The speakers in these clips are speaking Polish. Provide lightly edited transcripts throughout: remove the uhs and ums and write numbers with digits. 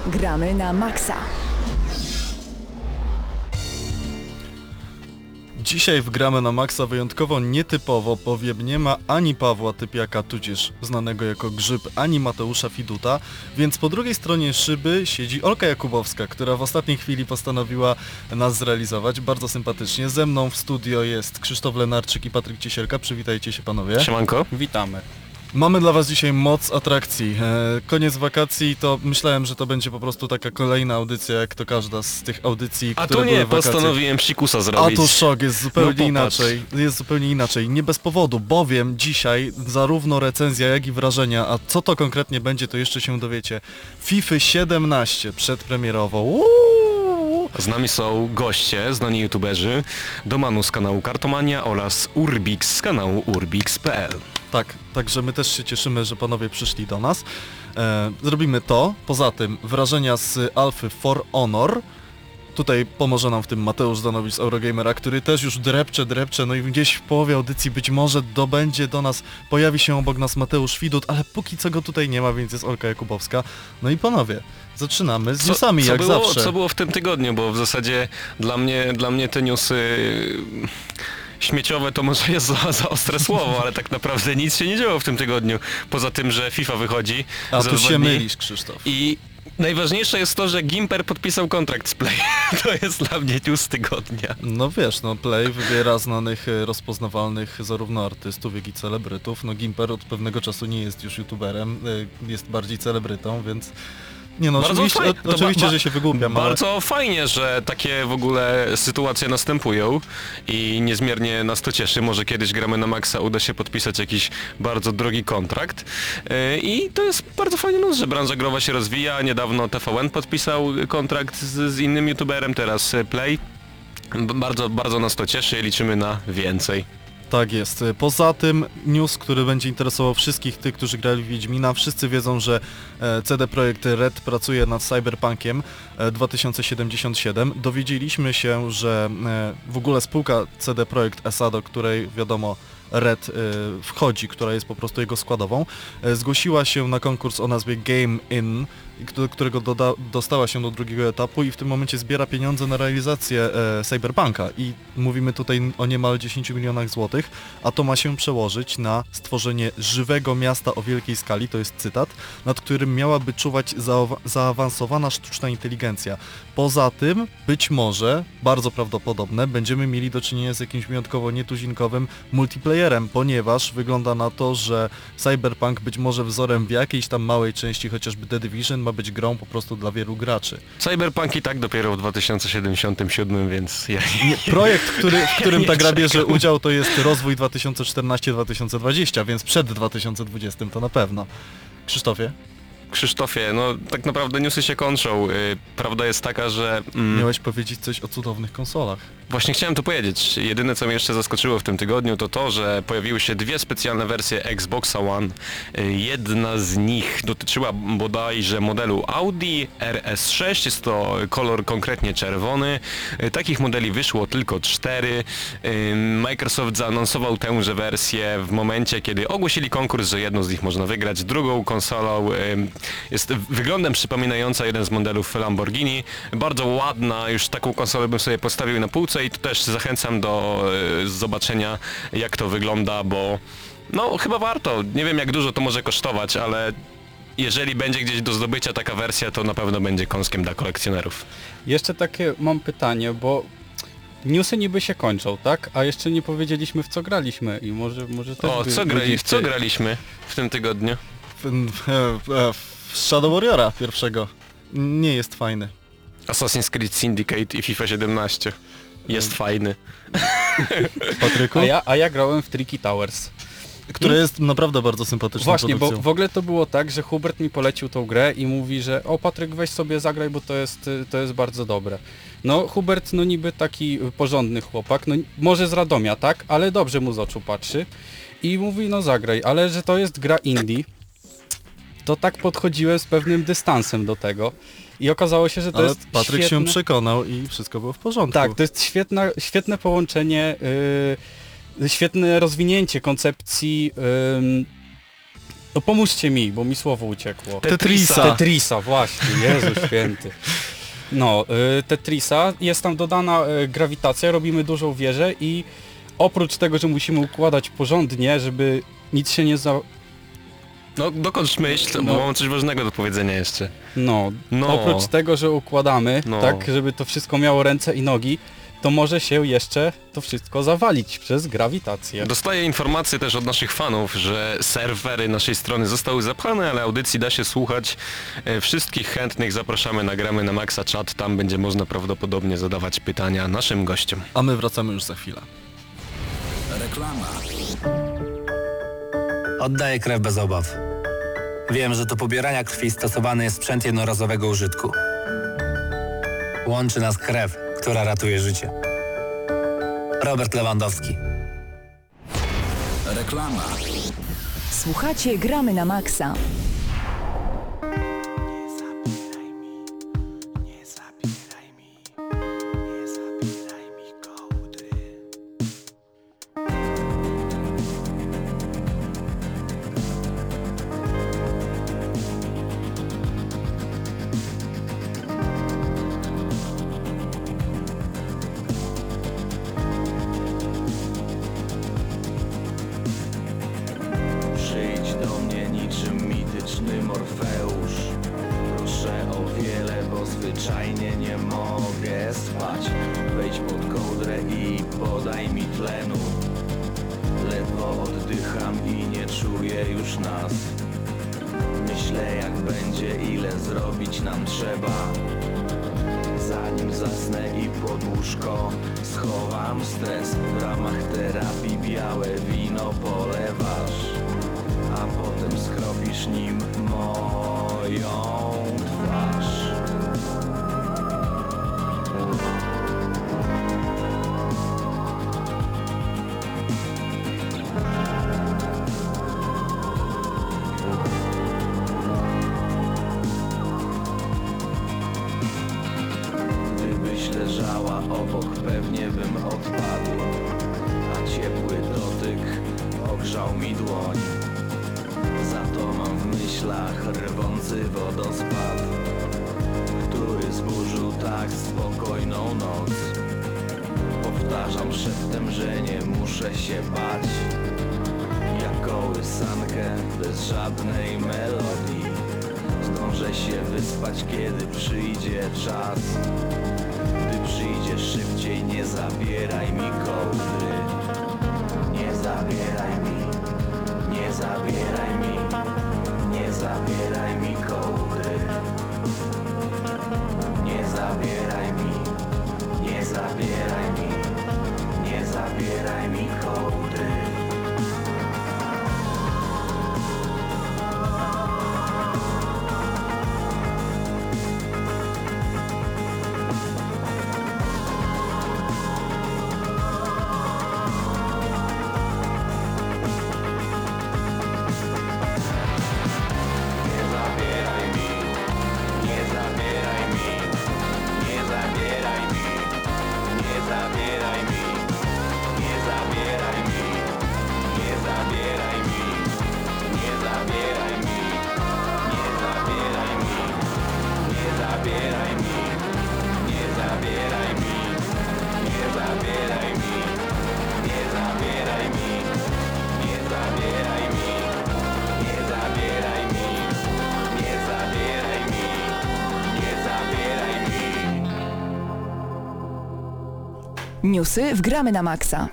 Gramy na maksa. Dzisiaj w Gramy na Maxa wyjątkowo nietypowo, bowiem nie ma ani Pawła Typiaka, tudzież znanego jako Grzyb, ani Mateusza Fiduta, więc po drugiej stronie szyby siedzi Olka Jakubowska, która w ostatniej chwili postanowiła nas zrealizować bardzo sympatycznie. Ze mną w studio jest Krzysztof Lenarczyk i Patryk Ciesielka. Przywitajcie się, panowie. Siemanko. Witamy. Mamy dla was dzisiaj moc atrakcji. Koniec wakacji, to myślałem, że to będzie po prostu taka kolejna audycja, jak to każda z tych audycji, A które tu były nie, w wakacje. postanowiłem psikusa A zrobić. tu szok, jest zupełnie popatrz. inaczej. Jest zupełnie inaczej. Nie bez powodu, bowiem dzisiaj zarówno recenzja, jak i wrażenia, a co to konkretnie będzie, to jeszcze się dowiecie. FIFA 17 przedpremierowo. Z nami są goście, znani youtuberzy, Domanu z kanału Kartomania oraz Urbix z kanału urbix.pl. Tak, także my też się cieszymy, że panowie przyszli do nas. Zrobimy to. Poza tym wrażenia z Alfy For Honor. Tutaj pomoże nam w tym Mateusz Danowicz z Eurogamera, który też już drepcze, no i gdzieś w połowie audycji być może dobędzie do nas, pojawi się obok nas Mateusz Widut, ale póki co go tutaj nie ma, więc jest Olka Jakubowska. No i panowie, zaczynamy z newsami jak zawsze. Co było w tym tygodniu, bo w zasadzie dla mnie te newsy śmieciowe to może jest za ostre słowo, ale tak naprawdę nic się nie działo w tym tygodniu, poza tym, że FIFA wychodzi. A za tu 2 się dni. mylisz, Krzysztof. I najważniejsze jest to, że Gimper podpisał kontrakt z Play. To jest dla mnie news tygodnia. No wiesz, no Play wybiera znanych, rozpoznawalnych zarówno artystów, jak i celebrytów. No Gimper od pewnego czasu nie jest już youtuberem, jest bardziej celebrytą, więc... Nie no, Bardzo oczywiście, że się wygłupiam, ale... Bardzo fajnie, że takie w ogóle sytuacje następują i niezmiernie nas to cieszy. Może kiedyś Gramy na Maxa uda się podpisać jakiś bardzo drogi kontrakt. I to jest bardzo fajny news, że branża growa się rozwija. Niedawno TVN podpisał kontrakt z innym youtuberem, teraz Play. Bardzo nas to cieszy i liczymy na więcej. Tak jest. Poza tym news, który będzie interesował wszystkich tych, którzy grali w Wiedźmina. Wszyscy wiedzą, że CD Projekt Red pracuje nad Cyberpunkiem 2077. Dowiedzieliśmy się, że w ogóle spółka CD Projekt SA, do której wiadomo Red wchodzi, która jest po prostu jego składową, zgłosiła się na konkurs o nazwie Game In, do którego dostała się do drugiego etapu i w tym momencie zbiera pieniądze na realizację Cyberpunka i mówimy tutaj o niemal 10 milionach złotych, a to ma się przełożyć na stworzenie żywego miasta o wielkiej skali, to jest cytat, nad którym miałaby czuwać zaawansowana sztuczna inteligencja. Poza tym, być może, bardzo prawdopodobne, będziemy mieli do czynienia z jakimś wyjątkowo nietuzinkowym multiplayerem, ponieważ wygląda na to, że Cyberpunk być może wzorem w jakiejś tam małej części, chociażby The Division, ma być grą po prostu dla wielu graczy. Cyberpunk i tak dopiero w 2077, więc Projekt, w którym ta gra bierze udział, to jest rozwój 2014-2020, więc przed 2020 to na pewno. Krzysztofie? Krzysztofie, no tak naprawdę newsy się kończą. Prawda jest taka, że... Miałeś powiedzieć coś o cudownych konsolach. Właśnie chciałem to powiedzieć. Jedyne co mnie jeszcze zaskoczyło w tym tygodniu to to, że pojawiły się 2 specjalne wersje Xboxa One. Jedna z nich dotyczyła bodajże modelu Audi RS6, jest to kolor konkretnie czerwony. Takich modeli wyszło tylko 4. Microsoft zaanonsował tęże wersję w momencie, kiedy ogłosili konkurs, że jedną z nich można wygrać. Drugą konsolą jest wyglądem przypominająca jeden z modelów Lamborghini. Bardzo ładna, już taką konsolę bym sobie postawił na półce i tu też zachęcam do zobaczenia, jak to wygląda, bo no chyba warto. Nie wiem jak dużo to może kosztować, ale jeżeli będzie gdzieś do zdobycia taka wersja, to na pewno będzie kąskiem dla kolekcjonerów. Jeszcze takie mam pytanie, bo newsy niby się kończą, tak? A jeszcze nie powiedzieliśmy w co graliśmy i może też... W co graliśmy w tym tygodniu? W Shadow Warriora pierwszego. Nie jest fajny. Assassin's Creed Syndicate i FIFA 17. Jest fajny. Patryku? A ja grałem w Tricky Towers. Które jest naprawdę bardzo sympatyczną Właśnie, produkcją. bo w ogóle to było tak, że Hubert mi polecił tą grę i mówi, że o Patryk weź sobie zagraj, bo to jest bardzo dobre. No Hubert no niby taki porządny chłopak, no może z Radomia, tak? Ale dobrze mu z oczu patrzy i mówi no zagraj, ale że to jest gra indie, to tak podchodziłem z pewnym dystansem do tego i okazało się, że to jest Patryk świetne... się przekonał i wszystko było w porządku. Tak, to jest świetne połączenie, świetne rozwinięcie koncepcji No pomóżcie mi, bo mi słowo uciekło. Tetrisa. Tetrisa, właśnie, Jezu święty. No, Tetrisa, jest tam dodana grawitacja, robimy dużą wieżę i oprócz tego, że musimy układać porządnie, żeby nic się nie No dokończ myśl, No. bo mam coś ważnego do powiedzenia jeszcze. No, No. oprócz tego, że układamy, No. tak, żeby to wszystko miało ręce i nogi, to może się jeszcze to wszystko zawalić przez grawitację. Dostaję informacje też od naszych fanów, że serwery naszej strony zostały zapchane, ale audycji da się słuchać. Wszystkich chętnych zapraszamy na Gramy na Maxa Chat, tam będzie można prawdopodobnie zadawać pytania naszym gościom. A my wracamy już za chwilę. Reklama. Oddaję krew bez obaw. Wiem, że do pobierania krwi stosowany jest sprzęt jednorazowego użytku. Łączy nas krew, która ratuje życie. Robert Lewandowski. Reklama. Słuchacie Gramy na Maxa. Przyjdź do mnie niczym mityczny Morfeusz. Proszę o wiele, bo zwyczajnie nie mogę spać. Wejdź pod kołdrę i podaj mi tlenu. Ledwo oddycham i nie czuję już nas. Myślę jak będzie, ile zrobić nam trzeba. Zanim zasnę i pod łóżko schowam stres. W ramach terapii białe wino polewasz, a potem skropisz nim moją twarz. Gdybyś leżała obok, pewnie bym odpadł, a ciepły dotyk ogrzał mi dłoń. Za to mam w myślach rwący wodospad, który zburzył tak spokojną noc. Powtarzam szeptem, że nie muszę się bać, jak kołysankę bez żadnej melodii. Zdążę się wyspać, kiedy przyjdzie czas. Gdy przyjdzie szybciej, nie zabieraj mi kołdry. Nie zabieraj mi, nie zabieraj mi, nie zabieraj mi kołdry. Nie zabieraj mi, nie zabieraj mi, nie zabieraj mi kołdry. Newsy w Gramy na Maxa.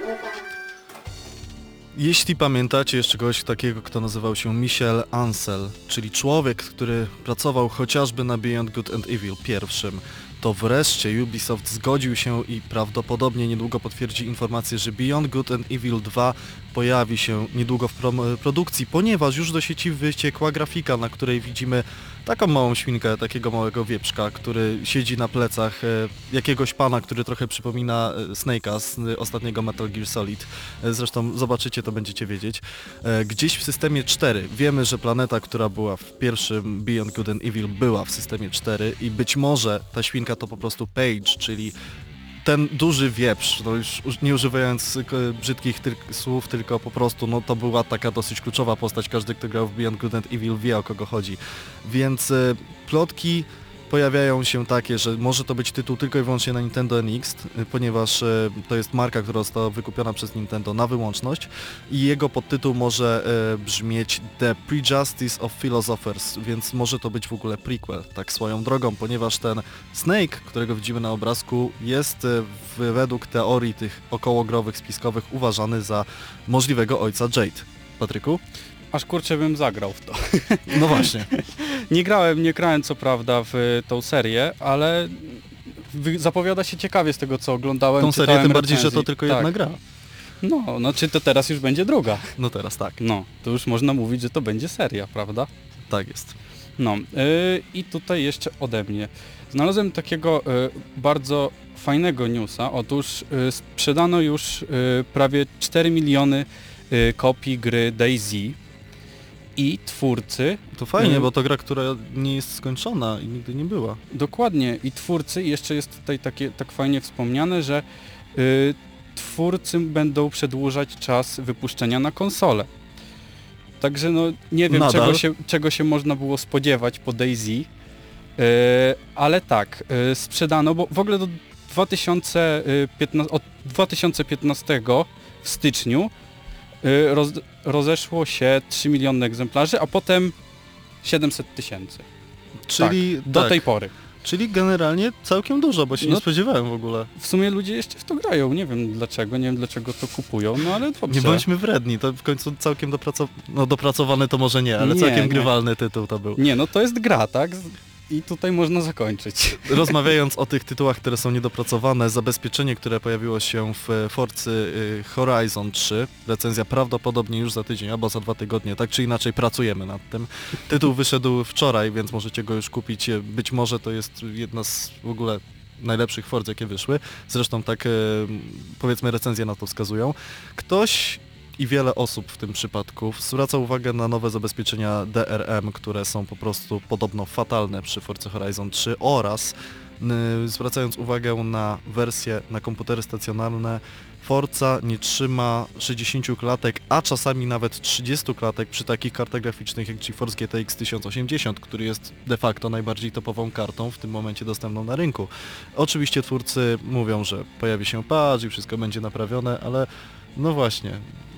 Jeśli pamiętacie jeszcze kogoś takiego, kto nazywał się Michel Ancel, czyli człowiek, który pracował chociażby na Beyond Good and Evil pierwszym, to wreszcie Ubisoft zgodził się i prawdopodobnie niedługo potwierdzi informację, że Beyond Good and Evil 2 pojawi się niedługo w produkcji, ponieważ już do sieci wyciekła grafika, na której widzimy taką małą świnkę, takiego małego wieprzka, który siedzi na plecach jakiegoś pana, który trochę przypomina Snake'a z ostatniego Metal Gear Solid. Zresztą zobaczycie, to będziecie wiedzieć. Gdzieś w systemie 4 wiemy, że planeta, która była w pierwszym Beyond Good and Evil, była w systemie 4 i być może ta świnka to po prostu Paige, czyli ten duży wieprz, no już nie używając brzydkich słów, tylko po prostu, no to była taka dosyć kluczowa postać, każdy, kto grał w Beyond Good and Evil wie, o kogo chodzi. Więc plotki pojawiają się takie, że może to być tytuł tylko i wyłącznie na Nintendo NX, ponieważ to jest marka, która została wykupiona przez Nintendo na wyłączność i jego podtytuł może brzmieć The Prejustice of Philosophers, więc może to być w ogóle prequel, tak swoją drogą, ponieważ ten Snake, którego widzimy na obrazku, jest według teorii tych okołogrowych, spiskowych uważany za możliwego ojca Jade. Patryku? Aż kurczę bym zagrał w to. No właśnie. Nie grałem co prawda w tą serię, ale zapowiada się ciekawie z tego, co oglądałem. Tą serię czytałem tym bardziej, że to recenzji. tylko Tak. jedna gra. No, czy to teraz już będzie druga? No teraz tak. No, to już można mówić, że to będzie seria, prawda? Tak jest. No, i tutaj jeszcze ode mnie. Znalazłem takiego bardzo fajnego newsa. Otóż sprzedano już prawie 4 miliony kopii gry DayZ i twórcy... To fajnie, bo to gra, która nie jest skończona i nigdy nie była. Dokładnie, i twórcy, jeszcze jest tutaj tak fajnie wspomniane, że twórcy będą przedłużać czas wypuszczenia na konsolę. Także no nie wiem czego się można było spodziewać po DayZ, ale tak, sprzedano, bo w ogóle do 2015 w styczniu rozeszło się 3 miliony egzemplarzy, a potem 700 000. Czyli tak, do tej pory. Czyli generalnie całkiem dużo, bo się nie spodziewałem w ogóle. W sumie ludzie jeszcze w to grają, nie wiem dlaczego to kupują, no ale dobrze. Nie bądźmy wredni, to w końcu całkiem dopracowany to może nie, ale całkiem grywalny tytuł to był. Nie, no to jest gra, tak? I tutaj można zakończyć. Rozmawiając o tych tytułach, które są niedopracowane, zabezpieczenie, które pojawiło się w Forcy Horizon 3, recenzja prawdopodobnie już za tydzień albo za 2 tygodnie, tak czy inaczej pracujemy nad tym. Tytuł wyszedł wczoraj, więc możecie go już kupić. Być może to jest jedna z w ogóle najlepszych Forz, jakie wyszły. Zresztą tak powiedzmy recenzje na to wskazują. Ktoś i wiele osób w tym przypadku zwraca uwagę na nowe zabezpieczenia DRM, które są po prostu podobno fatalne przy Forza Horizon 3 oraz zwracając uwagę na wersje na komputery stacjonarne, Forza nie trzyma 60 klatek, a czasami nawet 30 klatek przy takich kartach graficznych jak GeForce GTX 1080, który jest de facto najbardziej topową kartą w tym momencie dostępną na rynku. Oczywiście twórcy mówią, że pojawi się patch i wszystko będzie naprawione, ale no właśnie.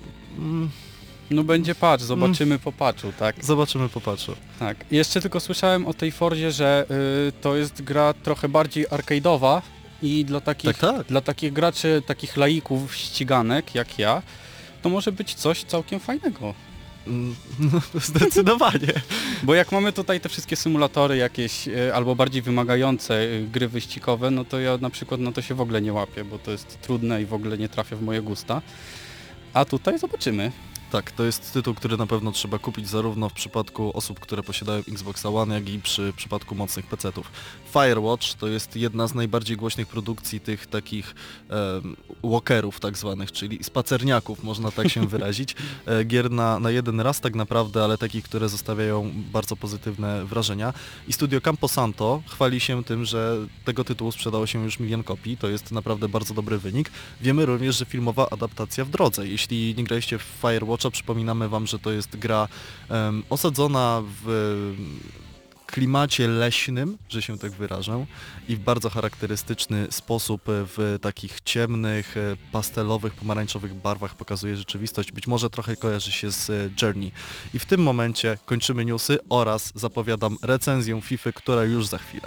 No będzie patch, zobaczymy po patchu, tak? Zobaczymy po patchu. Tak. Jeszcze tylko słyszałem o tej Forzie, że to jest gra trochę bardziej arcade'owa i dla takich graczy, takich laików ściganek jak ja, to może być coś całkiem fajnego. No, zdecydowanie. Bo jak mamy tutaj te wszystkie symulatory jakieś, albo bardziej wymagające gry wyścigowe, no to ja na przykład na to się w ogóle nie łapię, bo to jest trudne i w ogóle nie trafia w moje gusta. A tutaj zobaczymy. Tak, to jest tytuł, który na pewno trzeba kupić zarówno w przypadku osób, które posiadają Xbox One, jak i przy przypadku mocnych PC-ów. Firewatch to jest jedna z najbardziej głośnych produkcji tych takich walkerów tak zwanych, czyli spacerniaków, można tak się wyrazić. Gier na jeden raz tak naprawdę, ale takich, które zostawiają bardzo pozytywne wrażenia. I studio Camposanto chwali się tym, że tego tytułu sprzedało się już 1 milion kopii, to jest naprawdę bardzo dobry wynik. Wiemy również, że filmowa adaptacja w drodze. Jeśli nie graliście w Firewatch, przypominamy wam, że to jest gra osadzona w klimacie leśnym, że się tak wyrażę, i w bardzo charakterystyczny sposób w takich ciemnych, pastelowych, pomarańczowych barwach pokazuje rzeczywistość. Być może trochę kojarzy się z Journey. I w tym momencie kończymy newsy oraz zapowiadam recenzję FIFA, która już za chwilę.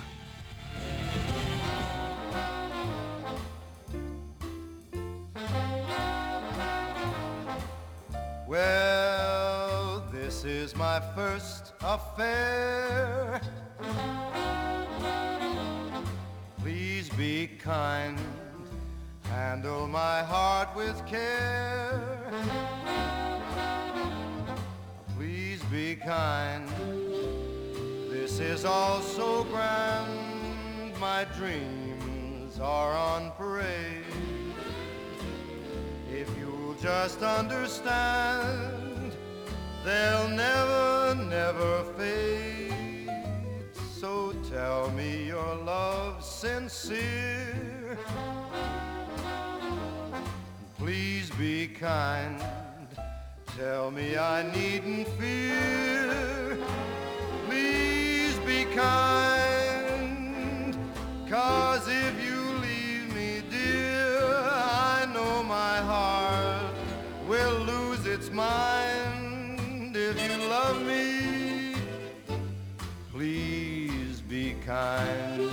Well, this is my first affair. Please be kind, handle my heart with care. Please be kind, this is all so grand. My dreams are on parade. If you'll just understand, they'll never, never fade. So tell me your love's sincere. please be kind. Tell me I needn't fear. Please be kind. 'Cause if you leave me, dear, I know my heart will lose its mind. If you love me, please be kind.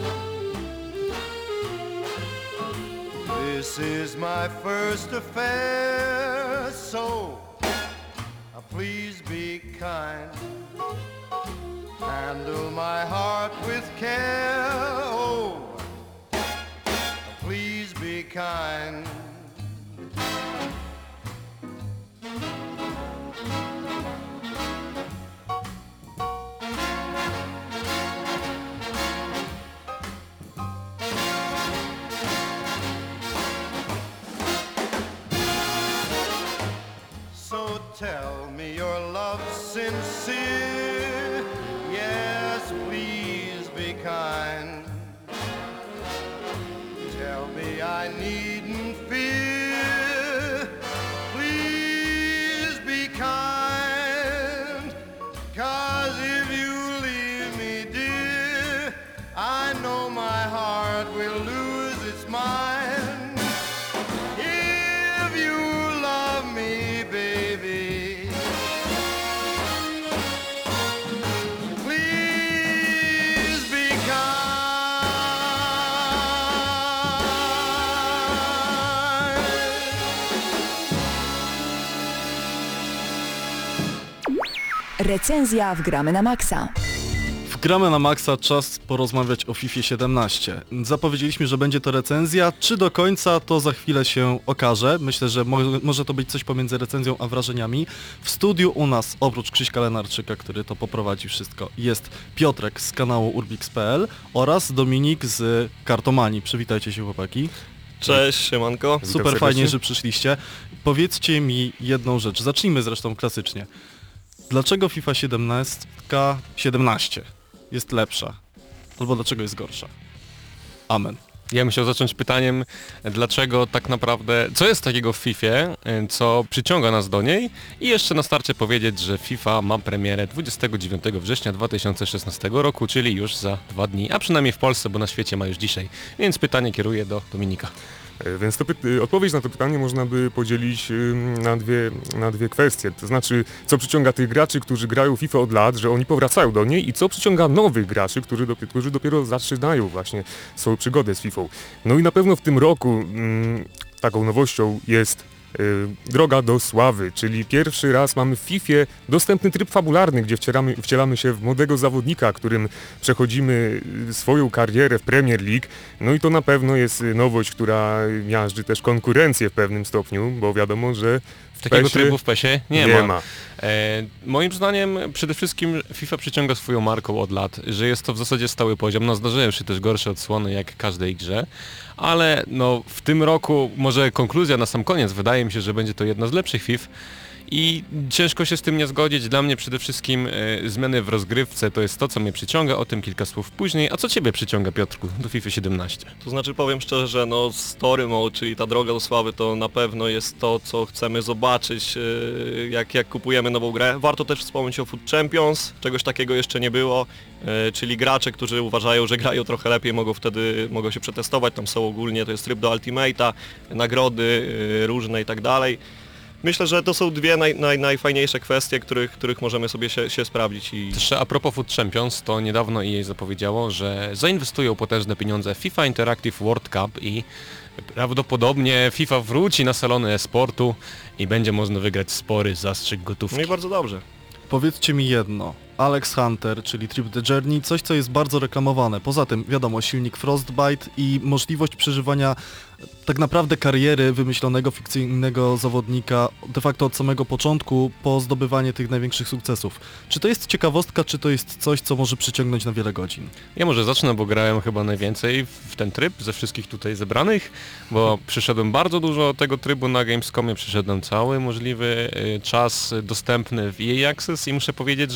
This is my first affair, so please be kind. Handle my heart with care, oh, please be kind. So tell me your love's sincere. Yes, please be kind. Tell me I needn't fear. Please be kind. 'Cause if you leave me, dear, I know my heart will lose its mind. If you love me, baby, please be kind. Recenzja w Gramy na Maxa. Gramy na Maxa, czas porozmawiać o FIFA 17. Zapowiedzieliśmy, że będzie to recenzja. Czy do końca, to za chwilę się okaże. Myślę, że może to być coś pomiędzy recenzją a wrażeniami. W studiu u nas, oprócz Krzyśka Lenarczyka, który to poprowadzi wszystko, jest Piotrek z kanału Urbix.pl oraz Dominik z Kartomanii. Przywitajcie się, chłopaki. Cześć, siemanko. Super fajnie, że przyszliście. Powiedzcie mi jedną rzecz. Zacznijmy zresztą klasycznie. Dlaczego FIFA 17 jest lepsza? Albo dlaczego jest gorsza? Amen. Ja bym chciał zacząć pytaniem, dlaczego tak naprawdę, co jest takiego w FIFA, co przyciąga nas do niej i jeszcze na starcie powiedzieć, że FIFA ma premierę 29 września 2016 roku, czyli już za 2 dni, a przynajmniej w Polsce, bo na świecie ma już dzisiaj. Więc pytanie kieruję do Dominika. Więc odpowiedź na to pytanie można by podzielić na dwie kwestie. To znaczy, co przyciąga tych graczy, którzy grają FIFA od lat, że oni powracają do niej i co przyciąga nowych graczy, którzy dopiero zaczynają właśnie swoją przygodę z FIFA. No i na pewno w tym roku taką nowością jest Droga do Sławy, czyli pierwszy raz mamy w FIFA dostępny tryb fabularny, gdzie wcielamy się w młodego zawodnika, którym przechodzimy swoją karierę w Premier League. No i to na pewno jest nowość, która miażdży też konkurencję w pewnym stopniu, bo wiadomo, że Takiego trybu w PES-ie nie ma. Moim zdaniem przede wszystkim FIFA przyciąga swoją marką od lat, że jest to w zasadzie stały poziom. No zdarzają się też gorsze odsłony jak każdej grze, ale no w tym roku, może konkluzja na sam koniec, wydaje mi się, że będzie to jedna z lepszych FIFA i ciężko się z tym nie zgodzić. Dla mnie przede wszystkim zmiany w rozgrywce to jest to, co mnie przyciąga, o tym kilka słów później. A co Ciebie przyciąga, Piotrku, do FIFA 17? To znaczy powiem szczerze, że no Story Mode, czyli ta droga do sławy, to na pewno jest to, co chcemy zobaczyć, jak kupujemy nową grę. Warto też wspomnieć o Foot Champions, czegoś takiego jeszcze nie było, czyli gracze, którzy uważają, że grają trochę lepiej, mogą się przetestować, tam są ogólnie, to jest tryb do Ultimate'a, nagrody różne i tak dalej. Myślę, że to są dwie najfajniejsze kwestie, których możemy sobie się sprawdzić. Jeszcze a propos Foot Champions, to niedawno EA zapowiedziało, że zainwestują potężne pieniądze w FIFA Interactive World Cup i prawdopodobnie FIFA wróci na salony e-sportu i będzie można wygrać spory zastrzyk gotówki. No i bardzo dobrze. Powiedzcie mi jedno. Alex Hunter, czyli Trip the Journey, coś co jest bardzo reklamowane. Poza tym, wiadomo, silnik Frostbite i możliwość przeżywania tak naprawdę kariery wymyślonego, fikcyjnego zawodnika de facto od samego początku po zdobywanie tych największych sukcesów. Czy to jest ciekawostka, czy to jest coś, co może przyciągnąć na wiele godzin? Ja może zacznę, bo grałem chyba najwięcej w ten tryb ze wszystkich tutaj zebranych, bo przyszedłem bardzo dużo tego trybu na Gamescomie, przyszedłem cały możliwy czas dostępny w EA Access i muszę powiedzieć, że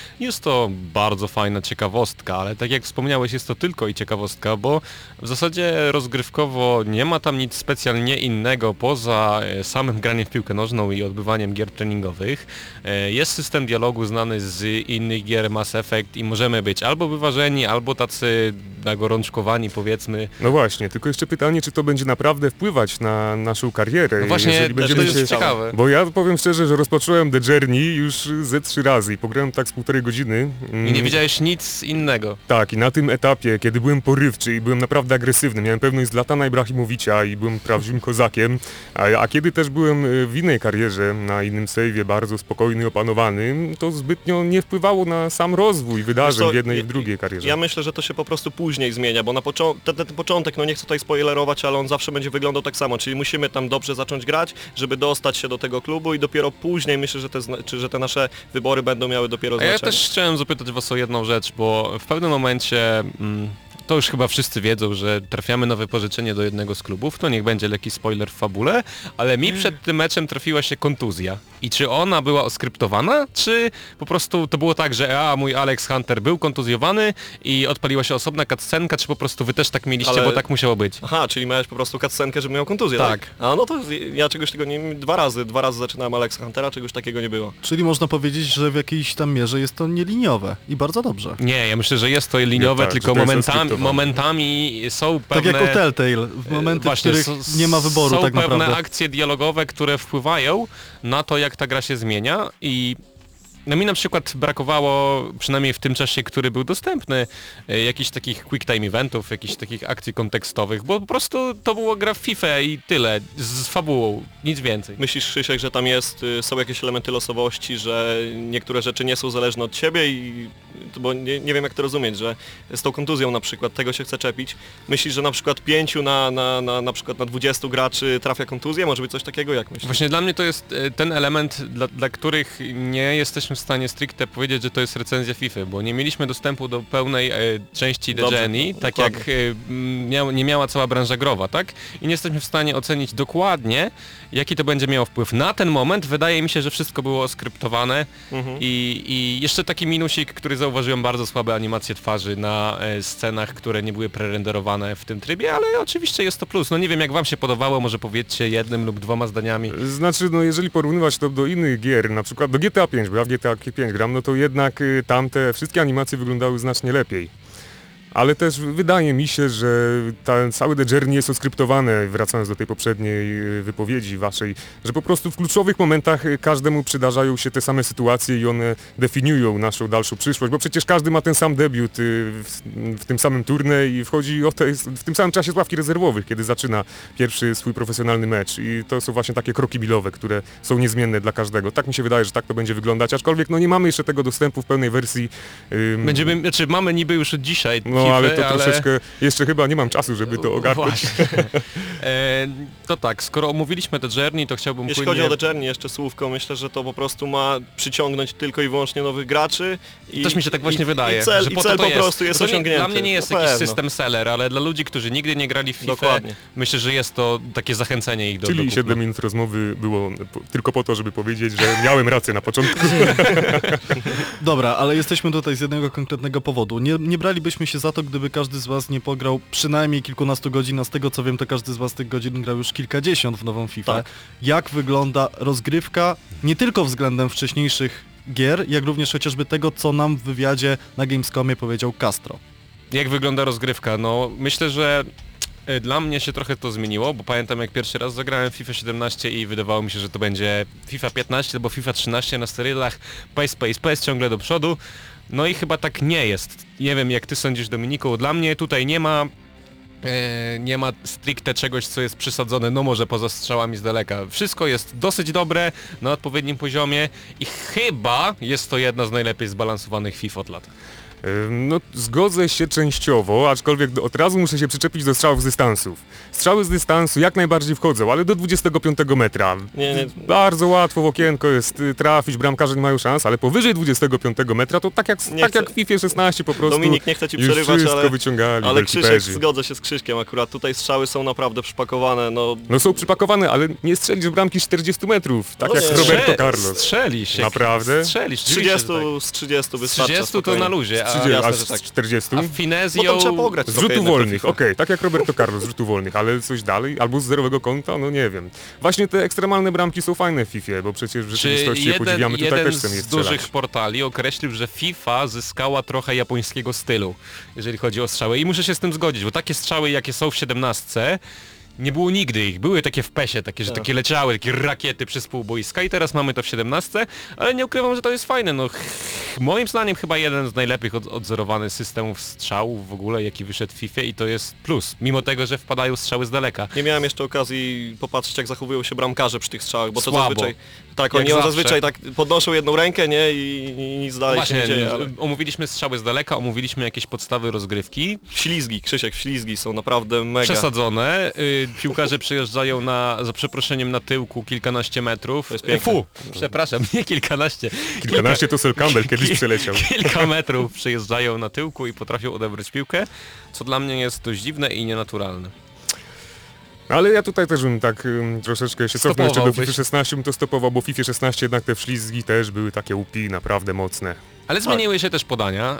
Jest to bardzo fajna ciekawostka, ale tak jak wspomniałeś, jest to tylko i ciekawostka, bo w zasadzie rozgrywkowo nie ma tam nic specjalnie innego poza samym graniem w piłkę nożną i odbywaniem gier treningowych. Jest system dialogu znany z innych gier Mass Effect i możemy być albo wyważeni, albo tacy nagorączkowani, powiedzmy. No właśnie, tylko jeszcze pytanie, czy to będzie naprawdę wpływać na naszą karierę. No właśnie, jeżeli to będziemy jest ciekawe. Bo ja powiem szczerze, że rozpocząłem The Journey już ze 3 razy i pograłem tak z 1,5 godziny. I nie widziałeś nic innego. Tak, i na tym etapie, kiedy byłem porywczy i byłem naprawdę agresywny, miałem pewność Zlatana Ibrahimowicza i byłem prawdziwym kozakiem, a kiedy też byłem w innej karierze, na innym save'ie, bardzo spokojny, opanowany, to zbytnio nie wpływało na sam rozwój wydarzeń w jednej i w drugiej karierze. Ja myślę, że to się po prostu później zmienia, bo na ten początek, no nie chcę tutaj spoilerować, ale on zawsze będzie wyglądał tak samo, czyli musimy tam dobrze zacząć grać, żeby dostać się do tego klubu i dopiero później myślę, że te nasze wybory będą miały dopiero A znaczenie. ja też chciałem zapytać was o jedną rzecz, bo w pewnym momencie, to już chyba wszyscy wiedzą, że trafiamy na wypożyczenie do jednego z klubów, to niech będzie lekki spoiler w fabule, ale mi przed tym meczem trafiła się kontuzja. I czy ona była oskryptowana, czy po prostu to było tak, że mój Alex Hunter był kontuzjowany i odpaliła się osobna cutscenka, czy po prostu wy też tak mieliście, Ale- bo tak musiało być? Aha, czyli miałeś po prostu cutscenkę, żeby miał kontuzję, Tak. A no to ja czegoś tego nie... Dwa razy zaczynałem Alexa Huntera, czegoś takiego nie było. Czyli można powiedzieć, że w jakiejś tam mierze jest to nieliniowe i bardzo dobrze. Nie, ja myślę, że jest to liniowe, Nie, tak, tylko że to jest momentami, oskryptowane. momentami są Tak pewne... jak o Telltale, w momentach, w których nie ma wyboru są tak pewne naprawdę. akcje dialogowe, które wpływają na to, jak ta gra się zmienia i no mi na przykład brakowało, przynajmniej w tym czasie, który był dostępny, jakichś takich quick time eventów, jakichś takich akcji kontekstowych, bo po prostu to było gra w FIFA i tyle, z fabułą, nic więcej. Myślisz, Krzysiek, że tam są jakieś elementy losowości, że niektóre rzeczy nie są zależne od ciebie i... Bo nie wiem jak to rozumieć, że z tą kontuzją na przykład, tego się chce czepić. Myślisz, że na przykład 5 na przykład na 20 graczy trafia kontuzję? Może być coś takiego? Jak myślisz? Właśnie dla mnie to jest ten element, dla których nie jesteśmy w stanie stricte powiedzieć, że to jest recenzja FIFA, bo nie mieliśmy dostępu do pełnej części The Dobrze, Journey, tak dokładnie. jak nie miała cała branża growa, tak? I nie jesteśmy w stanie ocenić dokładnie, jaki to będzie miało wpływ. Na ten moment wydaje mi się, że wszystko było oskryptowane i jeszcze taki minusik, który zauważyłem, bardzo słabe animacje twarzy na scenach, które nie były prerenderowane w tym trybie, ale oczywiście jest to plus. No nie wiem, jak wam się podobało, może powiedzcie jednym lub 2 zdaniami. Znaczy, no jeżeli porównywać to do innych gier, na przykład do GTA 5, bo ja w GTA 5 gram, no to jednak tamte wszystkie animacje wyglądały znacznie lepiej. Ale też wydaje mi się, że całe The Journey jest oskryptowane, wracając do tej poprzedniej wypowiedzi waszej, że po prostu w kluczowych momentach każdemu przydarzają się te same sytuacje i one definiują naszą dalszą przyszłość, bo przecież każdy ma ten sam debiut w tym samym turnie i wchodzi w tym samym czasie z ławki rezerwowych, kiedy zaczyna pierwszy swój profesjonalny mecz i to są właśnie takie kroki milowe, które są niezmienne dla każdego. Tak mi się wydaje, że tak to będzie wyglądać, aczkolwiek no nie mamy jeszcze tego dostępu w pełnej wersji. Mamy niby już od dzisiaj. No ale to troszeczkę, jeszcze chyba nie mam czasu, żeby to ogarnąć. To tak, skoro omówiliśmy The Journey, to chciałbym Jeśli chodzi o The Journey, jeszcze słówko, myślę, że to po prostu ma przyciągnąć tylko i wyłącznie nowych graczy. Też mi się tak właśnie wydaje, I cel, że i po cel to po jest. prostu jest To osiągnięty. Dla mnie nie jest Na jakiś pewno. system seller, ale dla ludzi, którzy nigdy nie grali w FIFA, Dokładnie. myślę, że jest to takie zachęcenie ich do Czyli kupna. 7 minut rozmowy było tylko po to, żeby powiedzieć, że miałem rację na początku. Dobra, ale jesteśmy tutaj z jednego konkretnego powodu. Nie bralibyśmy się za to, gdyby każdy z was nie pograł przynajmniej kilkunastu godzin, a z tego co wiem, to każdy z was tych godzin grał już kilkadziesiąt w nową FIFA. Tak. Jak wygląda rozgrywka, nie tylko względem wcześniejszych gier, jak również chociażby tego, co nam w wywiadzie na Gamescomie powiedział Castro. Jak wygląda rozgrywka? No myślę, że dla mnie się trochę to zmieniło, bo pamiętam jak pierwszy raz zagrałem w FIFA 17 i wydawało mi się, że to będzie FIFA 15 albo FIFA 13 na sterydach, pace ciągle do przodu. No i chyba tak nie jest. Nie wiem jak ty sądzisz, Dominiku, dla mnie tutaj nie ma stricte czegoś, co jest przysadzone, no może poza strzałami z daleka. Wszystko jest dosyć dobre, na odpowiednim poziomie i chyba jest to jedna z najlepiej zbalansowanych FIFA od lat. No, zgodzę się częściowo, aczkolwiek od razu muszę się przyczepić do strzałów z dystansów. Strzały z dystansu jak najbardziej wchodzą, ale do 25 metra. Nie. Bardzo łatwo w okienko jest trafić, bramkarze nie mają szans, ale powyżej 25 metra to tak jak w FIFA 16 po prostu Dominik, nie chcę ci już przerywać, wszystko wyciągali ale Krzysiek, goalkeeperzy. zgodzę się z Krzyśkiem akurat. Tutaj strzały są naprawdę przypakowane, No są przypakowane, ale nie strzelisz bramki z 40 metrów, tak No jak nie. Roberto Carlos. Strzelisz. Naprawdę? Strzelisz. z oczywiście, 30, że tak. z 30 Z wystarcza 30 to spokojnie. na luzie, a, 30, jasne, a że z tak. 40? a Finezją... Potem trzeba pograć. Z trochę rzutów jednak wolnych, do FIFA. okej, tak jak Roberto Carlos z rzutów wolnych, ale coś dalej? Albo z zerowego kąta? No nie wiem. Właśnie te ekstremalne bramki są fajne w FIFA, bo przecież w Czy rzeczywistości je podziwiamy, tutaj jeden też chcemy je z strzelać. dużych portali określił, że FIFA zyskała trochę japońskiego stylu, jeżeli chodzi o strzały. I muszę się z tym zgodzić, bo takie strzały, jakie są w 17, nie było nigdy ich. Były takie w PES-ie, takie, że takie leciały, takie rakiety przez pół boiska i teraz mamy to w 17, ale nie ukrywam, że to jest fajne. No, moim zdaniem chyba jeden z najlepiej odzorowanych systemów strzałów w ogóle, jaki wyszedł w FIFA i to jest plus, mimo tego, że wpadają strzały z daleka. Nie miałem jeszcze okazji popatrzeć, jak zachowują się bramkarze przy tych strzałach, bo to Słabo. zazwyczaj... Tak, Jak oni zawsze. zazwyczaj tak podnoszą jedną rękę, nie? I nic dalej się Właśnie, nie dzieje, ale... omówiliśmy strzały z daleka, omówiliśmy jakieś podstawy rozgrywki. Ślizgi, Krzysiek, ślizgi są naprawdę mega. Przesadzone. Piłkarze przyjeżdżają za przeproszeniem na tyłku kilkanaście metrów. To jest piękne. Przepraszam, nie kilkanaście. Kilkanaście to Sol Campbell kiedyś przeleciał. Kilka metrów przyjeżdżają na tyłku i potrafią odebrać piłkę, co dla mnie jest dość dziwne i nienaturalne. Ale ja tutaj też bym tak troszeczkę się cofnął jeszcze do Stopowałbyś. FIFA 16, bym to stopował, bo w FIFA 16 jednak te wślizgi też były takie łupi naprawdę mocne. Ale zmieniły się też podania.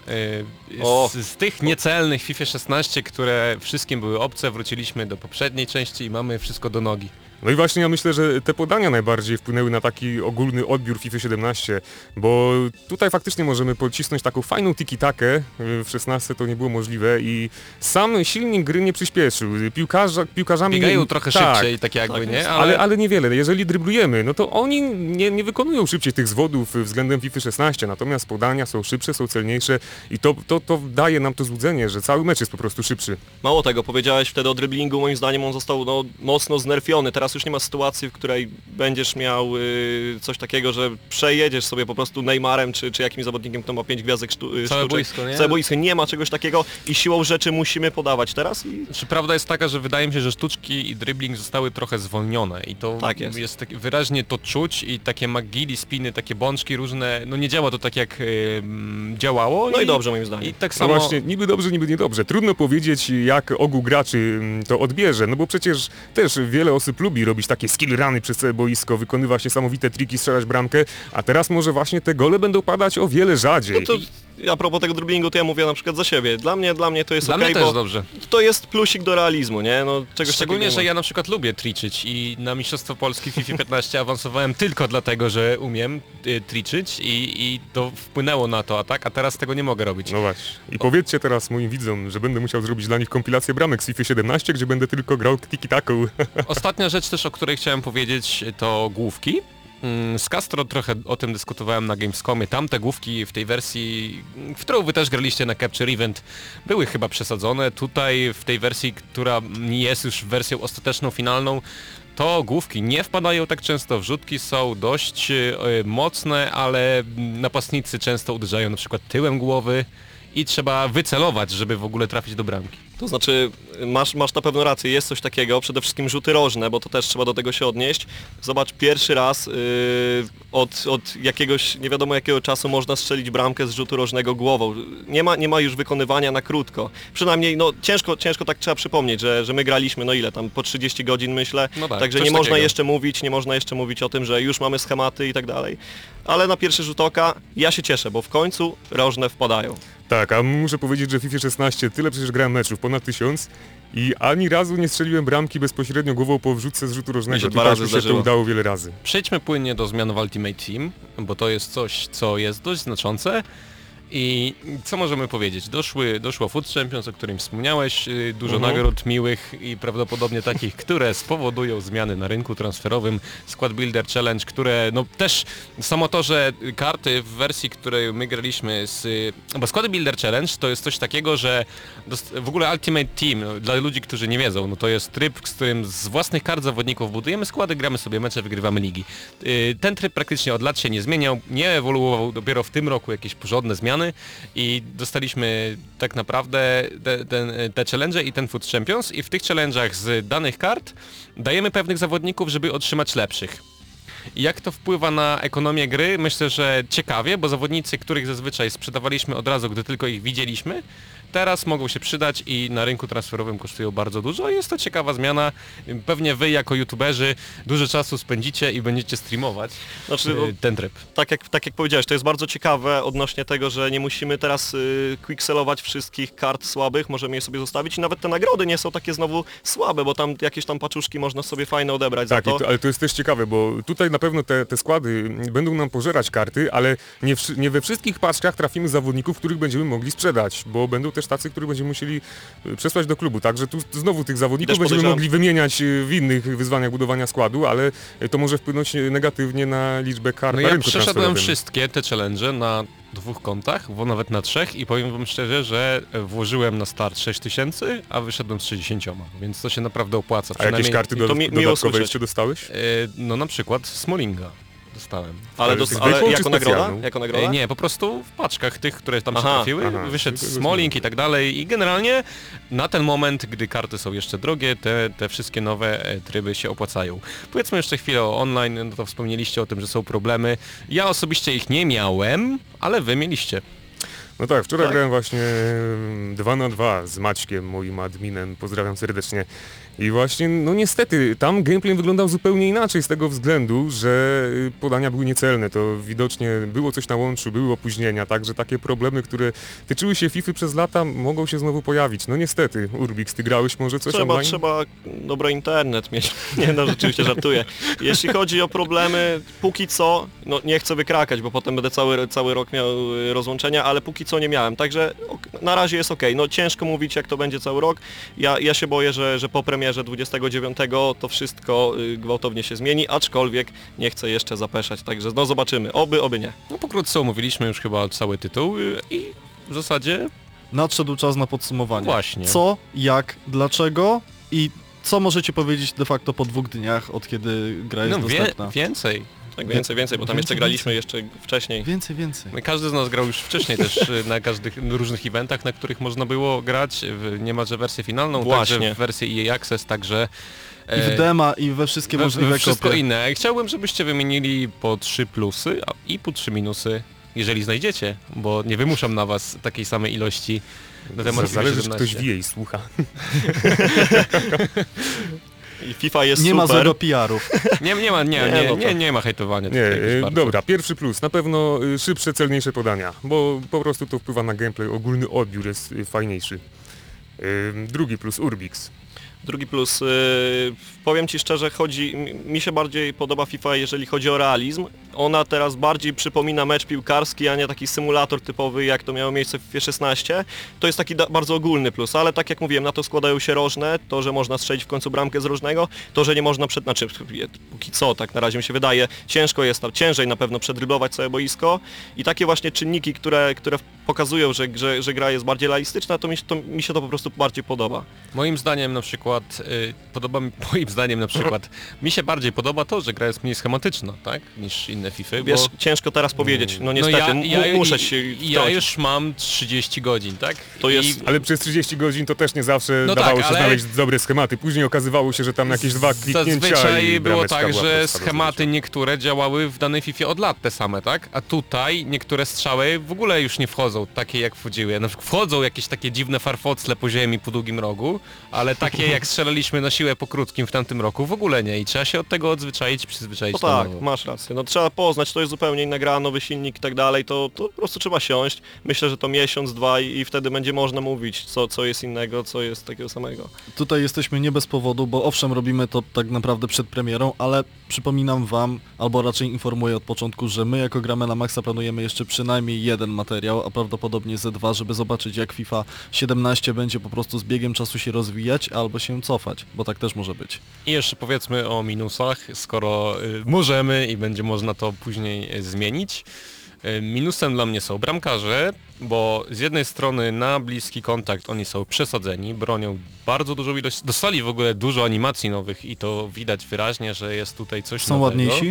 O. Z tych niecelnych FIFA 16, które wszystkim były obce, wróciliśmy do poprzedniej części i mamy wszystko do nogi. No i właśnie ja myślę, że te podania najbardziej wpłynęły na taki ogólny odbiór FIFA 17, bo tutaj faktycznie możemy pocisnąć taką fajną tiki-takę, w 16 to nie było możliwe i sam silnik gry nie przyspieszył. Piłkarzami... Biegają trochę tak, szybciej, tak jakby, tak nie? jest. ale niewiele. Jeżeli dryblujemy, no to oni nie wykonują szybciej tych zwodów względem FIFA 16, natomiast podania są szybsze, są celniejsze i to daje nam to złudzenie, że cały mecz jest po prostu szybszy. Mało tego, powiedziałeś wtedy o driblingu, moim zdaniem on został mocno znerfiony. Teraz już nie ma sytuacji, w której będziesz miał coś takiego, że przejedziesz sobie po prostu Neymarem czy jakimś zawodnikiem, kto ma 5 gwiazdek sztuczek. boisko, nie? Całe boisko, nie ma czegoś takiego i siłą rzeczy musimy podawać teraz i... Czy prawda jest taka, że wydaje mi się, że sztuczki i dribbling zostały trochę zwolnione i to Tak jest. tak, wyraźnie to czuć i takie McGilly, spiny, takie bączki różne, no nie działa to tak jak działało. No i dobrze moim zdaniem. I tak No samo... właśnie, niby dobrze, niby niedobrze. Trudno powiedzieć, jak ogół graczy to odbierze, no bo przecież też wiele osób lubi robić takie skill runy przez całe boisko, wykonywać niesamowite triki, strzelać bramkę, a teraz może właśnie te gole będą padać o wiele rzadziej. No to a propos tego driblingu, to ja mówię na przykład za siebie. Dla mnie to jest Dla okej, mnie też bo dobrze. to jest plusik do realizmu, nie? No, czegoś Szczególnie, takiego że nie ma. ja na przykład lubię triczyć i na Mistrzostwo Polski w FIFA 15 awansowałem tylko dlatego, że umiem triczyć i to wpłynęło na to, a teraz tego nie mogę robić. No właśnie. I powiedzcie teraz moim widzom, że będę musiał zrobić dla nich kompilację bramek z FIFA 17, gdzie będę tylko grał tiki-taką. Ostatnia rzecz też, o której chciałem powiedzieć, to główki. Z Castro trochę o tym dyskutowałem na Gamescomie. Tamte główki w tej wersji, w którą wy też graliście na Capture Event, były chyba przesadzone. Tutaj w tej wersji, która jest już wersją ostateczną, finalną, to główki nie wpadają tak często, wrzutki są dość mocne, ale napastnicy często uderzają na przykład tyłem głowy i trzeba wycelować, żeby w ogóle trafić do bramki. To znaczy, masz na pewno rację, jest coś takiego, przede wszystkim rzuty rożne, bo to też trzeba do tego się odnieść. Zobacz, pierwszy raz od jakiegoś, nie wiadomo jakiego czasu można strzelić bramkę z rzutu rożnego głową. Nie ma już wykonywania na krótko. Przynajmniej, no ciężko tak trzeba przypomnieć, że my graliśmy, no ile tam, po 30 godzin myślę, No tak, także coś nie można takiego. jeszcze mówić o tym, że już mamy schematy i tak dalej. Ale na pierwszy rzut oka ja się cieszę, bo w końcu rożne wpadają. Tak, a muszę powiedzieć, że w FIFA 16 tyle przecież grałem meczów, ponad 1000 i ani razu nie strzeliłem bramki bezpośrednio głową po wrzutce z rzutu rożnego. Mi się dwa Tutaj razy mi się to zdarzyło. udało wiele razy. Przejdźmy płynnie do zmian w Ultimate Team, bo to jest coś, co jest dość znaczące. I co możemy powiedzieć? Doszło Food Champions, o którym wspomniałeś, dużo nagród miłych i prawdopodobnie takich, które spowodują zmiany na rynku transferowym, Squad Builder Challenge, które no też samo to, że karty w wersji, której my graliśmy bo Squad Builder Challenge to jest coś takiego, że w ogóle Ultimate Team, no, dla ludzi, którzy nie wiedzą, no to jest tryb, z którym z własnych kart zawodników budujemy składy, gramy sobie mecze, wygrywamy ligi. Ten tryb praktycznie od lat się nie zmieniał, nie ewoluował dopiero w tym roku jakieś porządne zmiany, przygotowany i dostaliśmy tak naprawdę te challenge i ten Food Champions i w tych challenge'ach z danych kart dajemy pewnych zawodników, żeby otrzymać lepszych. I jak to wpływa na ekonomię gry? Myślę, że ciekawie, bo zawodnicy, których zazwyczaj sprzedawaliśmy od razu, gdy tylko ich widzieliśmy, teraz mogą się przydać i na rynku transferowym kosztują bardzo dużo. Jest to ciekawa zmiana. Pewnie wy jako youtuberzy dużo czasu spędzicie i będziecie streamować ten tryb. Tak jak powiedziałeś, to jest bardzo ciekawe odnośnie tego, że nie musimy teraz quickselować wszystkich kart słabych, możemy je sobie zostawić i nawet te nagrody nie są takie znowu słabe, bo tam jakieś tam paczuszki można sobie fajne odebrać Tak, za to. ale to jest też ciekawe, bo tutaj na pewno te składy będą nam pożerać karty, ale nie we wszystkich paczkach trafimy zawodników, których będziemy mogli sprzedać, bo będą też tacy, których będziemy musieli przesłać do klubu, także tu znowu tych zawodników będziemy mogli wymieniać w innych wyzwaniach budowania składu, ale to może wpłynąć negatywnie na liczbę kart na ja rynku przeszedłem transferowym. wszystkie te challenge na 2 kontach, bo nawet na 3 i powiem wam szczerze, że włożyłem na start 6000, a wyszedłem z 60, więc to się naprawdę opłaca. A jakieś karty dodatkowe jeszcze dostałeś? No na przykład Smolinga dostałem. Ale jako nagroda? Jako nagroda? Nie, po prostu w paczkach tych, które tam się trafiły, wyszedł Smoling i tak dalej i generalnie na ten moment, gdy karty są jeszcze drogie, te wszystkie nowe tryby się opłacają. Powiedzmy jeszcze chwilę o online, no to wspomnieliście o tym, że są problemy. Ja osobiście ich nie miałem, ale wy mieliście. No tak, wczoraj grałem właśnie 2-2 z Maćkiem, moim adminem, pozdrawiam serdecznie. I właśnie, no niestety, tam gameplay wyglądał zupełnie inaczej z tego względu, że podania były niecelne, to widocznie było coś na łączu, były opóźnienia, także takie problemy, które tyczyły się FIFA przez lata, mogą się znowu pojawić. No niestety, Urbix, ty grałeś może coś online? Trzeba dobry internet mieć. Nie no, rzeczywiście żartuję. Jeśli chodzi o problemy, póki co, no nie chcę wykrakać, bo potem będę cały rok miał rozłączenia, ale póki co nie miałem, także na razie jest okej. No ciężko mówić, jak to będzie cały rok. Ja się boję, że po premierze 29 to wszystko gwałtownie się zmieni, aczkolwiek nie chcę jeszcze zapeszać, także no zobaczymy, oby nie. No pokrótce omówiliśmy już chyba cały tytuł i w zasadzie... Nadszedł czas na podsumowanie. Właśnie. Co, jak, dlaczego i co możecie powiedzieć de facto po 2 dniach, od kiedy gra jest dostępna? Więcej. Tak, więcej, bo tam jeszcze graliśmy jeszcze wcześniej. Więcej. Każdy z nas grał już wcześniej też na każdych różnych eventach, na których można było grać, w niemalże wersję finalną, także w wersji EA Access, także... I w dema, i we wszystkie możliwe wszystko kopie. inne. Chciałbym, żebyście wymienili po 3 plusy i po 3 minusy, jeżeli znajdziecie, bo nie wymuszam na was takiej samej ilości. Zależy, czy ktoś wie i słucha. I FIFA jest nie super. Ma złego PR-ów. Nie ma hejtowania. Dobra, pierwszy plus, na pewno szybsze, celniejsze podania, bo po prostu to wpływa na gameplay, ogólny odbiór jest fajniejszy. Drugi plus, Urbix. Drugi plus, powiem Ci szczerze, mi się bardziej podoba FIFA, jeżeli chodzi o realizm. Ona teraz bardziej przypomina mecz piłkarski, a nie taki symulator typowy, jak to miało miejsce w FIFA 16. To jest taki bardzo ogólny plus, ale tak jak mówiłem, na to składają się rożne, to, że można strzelić w końcu bramkę z rożnego, to, że nie można póki co, tak na razie mi się wydaje, ciężej na pewno przedryblować całe boisko i takie właśnie czynniki, które pokazują, że gra jest bardziej realistyczna, to mi się to po prostu bardziej podoba. Moim zdaniem na przykład mi się bardziej podoba to, że gra jest mniej schematyczna, tak, niż inne FIFA. Wiesz, ciężko teraz powiedzieć, no niestety, muszę się ja już mam 30 godzin, tak? To jest... Ale przez 30 godzin to też nie zawsze dawało się znaleźć dobre schematy. Później okazywało się, że tam jakieś 2 kliknięcia zazwyczaj i było tak, że schematy niektóre działały w danej FIFA od lat te same, tak? A tutaj niektóre strzały w ogóle już nie wchodzą takie jak wchodziły. Na przykład wchodzą jakieś takie dziwne farfocle po ziemi po długim rogu, ale takie jak strzelaliśmy na siłę po krótkim w tamtym roku w ogóle nie i trzeba się od tego odzwyczaić, przyzwyczaić. No tak, masz rację. No trzeba poznać, to jest zupełnie inna gra, nowy silnik i tak dalej, to po prostu trzeba siąść. Myślę, że to miesiąc, 2 i wtedy będzie można mówić, co jest innego, co jest takiego samego. Tutaj jesteśmy nie bez powodu, bo owszem robimy to tak naprawdę przed premierą, ale przypominam wam, albo raczej informuję od początku, że my jako Gramy na Maxa planujemy jeszcze przynajmniej 1 materiał, a prawdopodobnie ze 2, żeby zobaczyć jak FIFA 17 będzie po prostu z biegiem czasu się rozwijać albo się cofać, bo tak też może być. I jeszcze powiedzmy o minusach, skoro możemy i będzie można to później zmienić. Minusem dla mnie są bramkarze, bo z jednej strony na bliski kontakt oni są przesadzeni, bronią bardzo dużą ilość, dostali w ogóle dużo animacji nowych i to widać wyraźnie, że jest tutaj coś Są nowego. ładniejsi?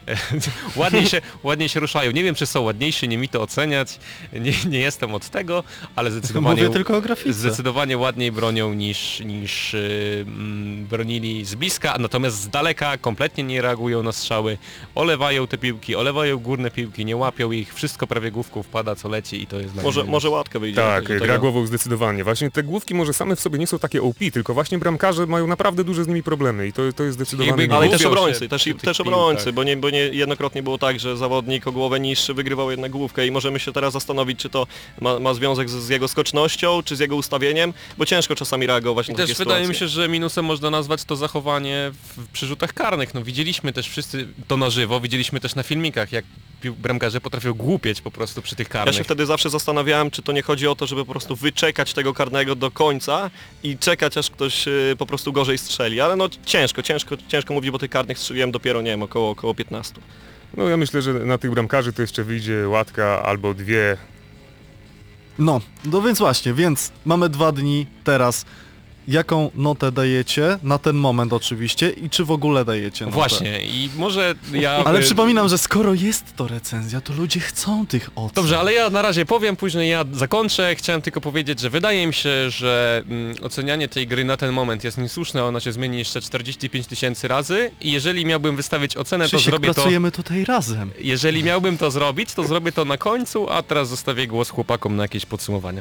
ładniej się ruszają. Nie wiem, czy są ładniejsi, nie mi to oceniać, nie jestem od tego, ale Mówię tylko o grafice. zdecydowanie ładniej bronią niż bronili z bliska, natomiast z daleka kompletnie nie reagują na strzały, olewają te piłki, olewają górne piłki, nie łapią ich, wszystko prawie główką wpada, co leci i to jest... Może łatka wyjdzie. Tak, do tego. gra głową zdecydowanie. Właśnie te główki może same w sobie nie są takie OP, tylko właśnie bramkarze mają naprawdę duże z nimi problemy i to jest zdecydowanie... Jakby Ale i Gubią też obrońcy, się też tych obrońcy, piłkach. bo nie jednokrotnie było tak, że zawodnik o głowę niższy wygrywał jednak główkę i możemy się teraz zastanowić, czy to ma związek z jego skocznością, czy z jego ustawieniem, bo ciężko czasami reagować I na też takie wydaje mi sytuacje. się, że minusem można nazwać to zachowanie przy rzutach karnych. No widzieliśmy też wszyscy to na żywo, widzieliśmy też na filmikach, jak bramkarze potrafią głupieć po prostu przy tych Ja karnych. się wtedy zawsze zastanawiałem, czy to nie chodzi o to, żeby po prostu wyczekać tego karnego do końca i czekać, aż ktoś po prostu gorzej strzeli, ale no ciężko mówić, bo tych karnych strzeliłem dopiero, nie wiem, około 15. No ja myślę, że na tych bramkarzy to jeszcze wyjdzie łatka albo dwie. No więc właśnie, więc mamy 2 dni teraz. Jaką notę dajecie? Na ten moment oczywiście i czy w ogóle dajecie notę? Właśnie i może ja... Ale przypominam, że skoro jest to recenzja, to ludzie chcą tych ocen. Dobrze, ale ja na razie powiem, później ja zakończę. Chciałem tylko powiedzieć, że wydaje mi się, że ocenianie tej gry na ten moment jest niesłuszne, ona się zmieni jeszcze 45 000 razy i jeżeli miałbym wystawić ocenę, to Krzysiek, zrobię to... pracujemy tutaj razem. Jeżeli miałbym to zrobić, to zrobię to na końcu, a teraz zostawię głos chłopakom na jakieś podsumowania.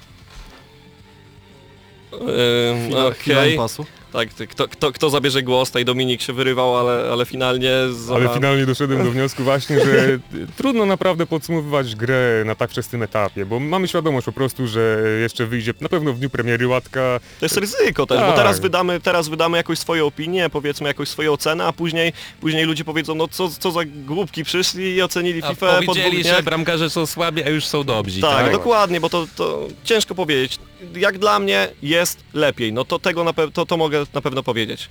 Chwila impasu. Tak, kto zabierze głos, tutaj Dominik się wyrywał, ale finalnie... Ale finalnie doszedłem do wniosku właśnie, że trudno naprawdę podsumowywać grę na tak wczesnym etapie, bo mamy świadomość po prostu, że jeszcze wyjdzie na pewno w dniu premiery łatka. To jest ryzyko też, Tak. bo teraz wydamy jakąś swoją opinię, powiedzmy jakąś swoją ocenę, a później ludzie powiedzą, no co za głupki przyszli i ocenili A FIFA po 2 powiedzieli, dniach. że bramkarze są słabi, a już są dobrzy. Tak, dokładnie, bo to ciężko powiedzieć. Jak dla mnie jest lepiej, no to tego to mogę na pewno powiedzieć.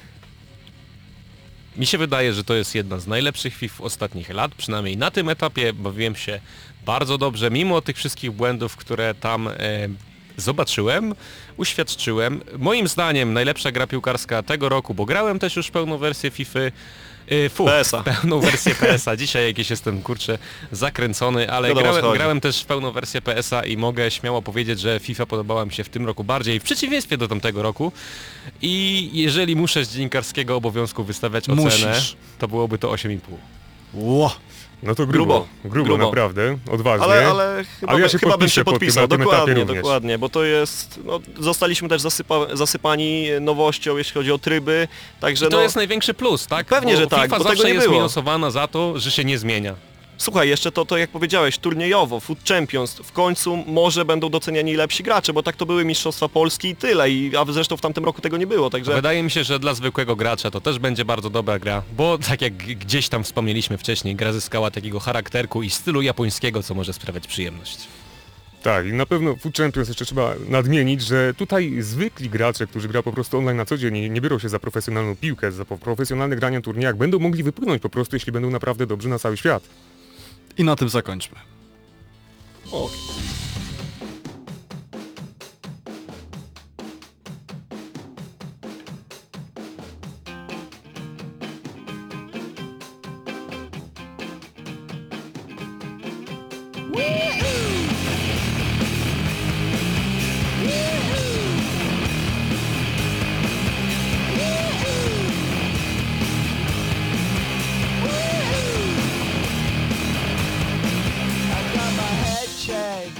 Mi się wydaje, że to jest jedna z najlepszych FIFA ostatnich lat, przynajmniej na tym etapie bawiłem się bardzo dobrze, mimo tych wszystkich błędów, które tam zobaczyłem, uświadczyłem. Moim zdaniem najlepsza gra piłkarska tego roku, bo grałem też już pełną wersję FIFA, PESa. pełną wersję PS-a. Dzisiaj jakiś jestem, kurczę, zakręcony, ale grałem też w pełną wersję PS-a i mogę śmiało powiedzieć, że FIFA podobała mi się w tym roku bardziej, w przeciwieństwie do tamtego roku. I jeżeli muszę z dziennikarskiego obowiązku wystawiać ocenę, to byłoby to 8,5. Ło. No to grubo, naprawdę, odważnie. Ale ja się chyba bym się podpiszę podpisał, na tym etapie również. dokładnie, bo to jest, zostaliśmy też zasypani nowością, jeśli chodzi o tryby, także I to jest największy plus, tak? Pewnie, bo że tak, FIFA bo zawsze tego nie jest było. minusowana za to, że się nie zmienia. Słuchaj, jeszcze to jak powiedziałeś, turniejowo, Food Champions, w końcu może będą doceniani lepsi gracze, bo tak to były Mistrzostwa Polski i tyle, a zresztą w tamtym roku tego nie było, także... Wydaje mi się, że dla zwykłego gracza to też będzie bardzo dobra gra, bo tak jak gdzieś tam wspomnieliśmy wcześniej, gra zyskała takiego charakterku i stylu japońskiego, co może sprawiać przyjemność. Tak, i na pewno Food Champions jeszcze trzeba nadmienić, że tutaj zwykli gracze, którzy grają po prostu online na co dzień, nie biorą się za profesjonalną piłkę, za profesjonalne granie na turniejach, będą mogli wypłynąć po prostu, jeśli będą naprawdę dobrzy na cały świat. I na tym zakończmy. Okay. Check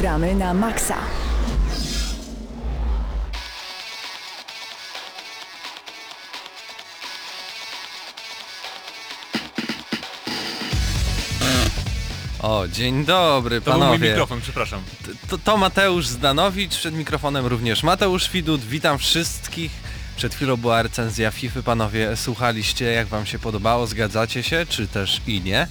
Gramy na maksa. O, dzień dobry To był mój panowie. mikrofon, przepraszam. To Mateusz Zdanowicz, przed mikrofonem również Mateusz Widut. Witam wszystkich. Przed chwilą była recenzja FIFA. Panowie, słuchaliście, jak wam się podobało? Zgadzacie się, czy też i nie?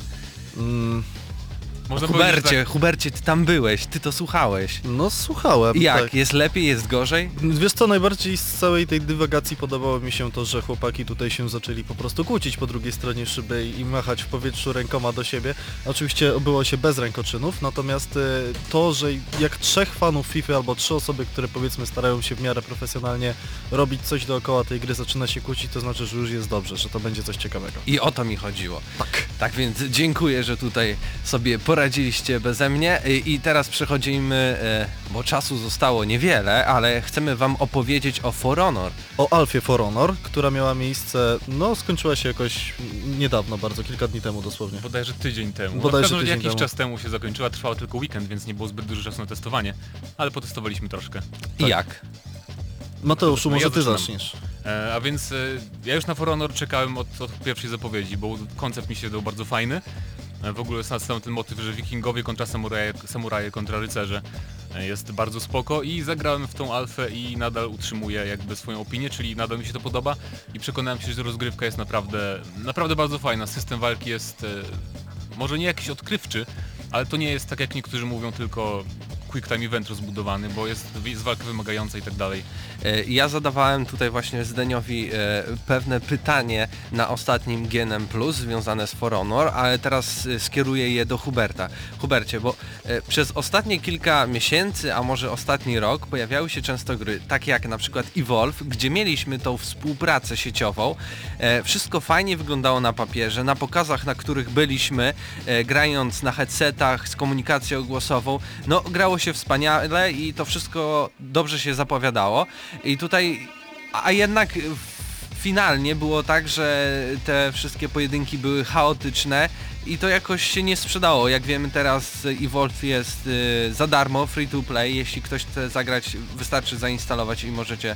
Można powiedzieć, że tak. Hubercie, ty tam byłeś, ty to słuchałeś. No słuchałem. I jak? Tak. Jest lepiej, jest gorzej? Wiesz co, najbardziej z całej tej dywagacji podobało mi się to, że chłopaki tutaj się zaczęli po prostu kłócić po drugiej stronie szyby i machać w powietrzu rękoma do siebie. Oczywiście obyło się bez rękoczynów, natomiast to, że jak 3 fanów FIFA albo 3 osoby, które powiedzmy starają się w miarę profesjonalnie robić coś dookoła tej gry, zaczyna się kłócić, to znaczy, że już jest dobrze, że to będzie coś ciekawego. I o to mi chodziło. Tak więc dziękuję, że tutaj sobie poradziliście beze mnie i teraz przechodzimy, bo czasu zostało niewiele, ale chcemy wam opowiedzieć o For Honor. O Alfie For Honor, która miała miejsce, no skończyła się jakoś niedawno, bardzo kilka dni temu dosłownie. Bodajże tydzień temu. Bodajże W każdym razie tydzień jakiś temu. czas temu się zakończyła, trwało tylko weekend, więc nie było zbyt dużo czasu na testowanie, ale potestowaliśmy troszkę. I jak? Mateuszu, No może ja ty zaczynam. zaczniesz. A więc ja już na For Honor czekałem od pierwszej zapowiedzi, bo koncept mi się dał bardzo fajny. W ogóle sam ten motyw, że wikingowie kontra samuraje kontra rycerze jest bardzo spoko i zagrałem w tą alfę i nadal utrzymuję jakby swoją opinię, czyli nadal mi się to podoba i przekonałem się, że rozgrywka jest naprawdę bardzo fajna. System walki jest może nie jakiś odkrywczy, ale to nie jest tak jak niektórzy mówią tylko quick time event rozbudowany, bo jest walka wymagająca i tak dalej. Ja zadawałem tutaj właśnie Zdeniowi pewne pytanie na ostatnim GNM Plus związane z For Honor, ale teraz skieruję je do Huberta. Hubercie, bo przez ostatnie kilka miesięcy, a może ostatni rok pojawiały się często gry, takie jak na przykład Evolve, gdzie mieliśmy tą współpracę sieciową. Wszystko fajnie wyglądało na papierze, na pokazach, na których byliśmy, grając na headsetach z komunikacją głosową, no grało się wspaniale i to wszystko dobrze się zapowiadało. I tutaj, a jednak finalnie było tak, że te wszystkie pojedynki były chaotyczne i to jakoś się nie sprzedało. Jak wiemy teraz Evolve jest za darmo, free to play, jeśli ktoś chce zagrać, wystarczy zainstalować i możecie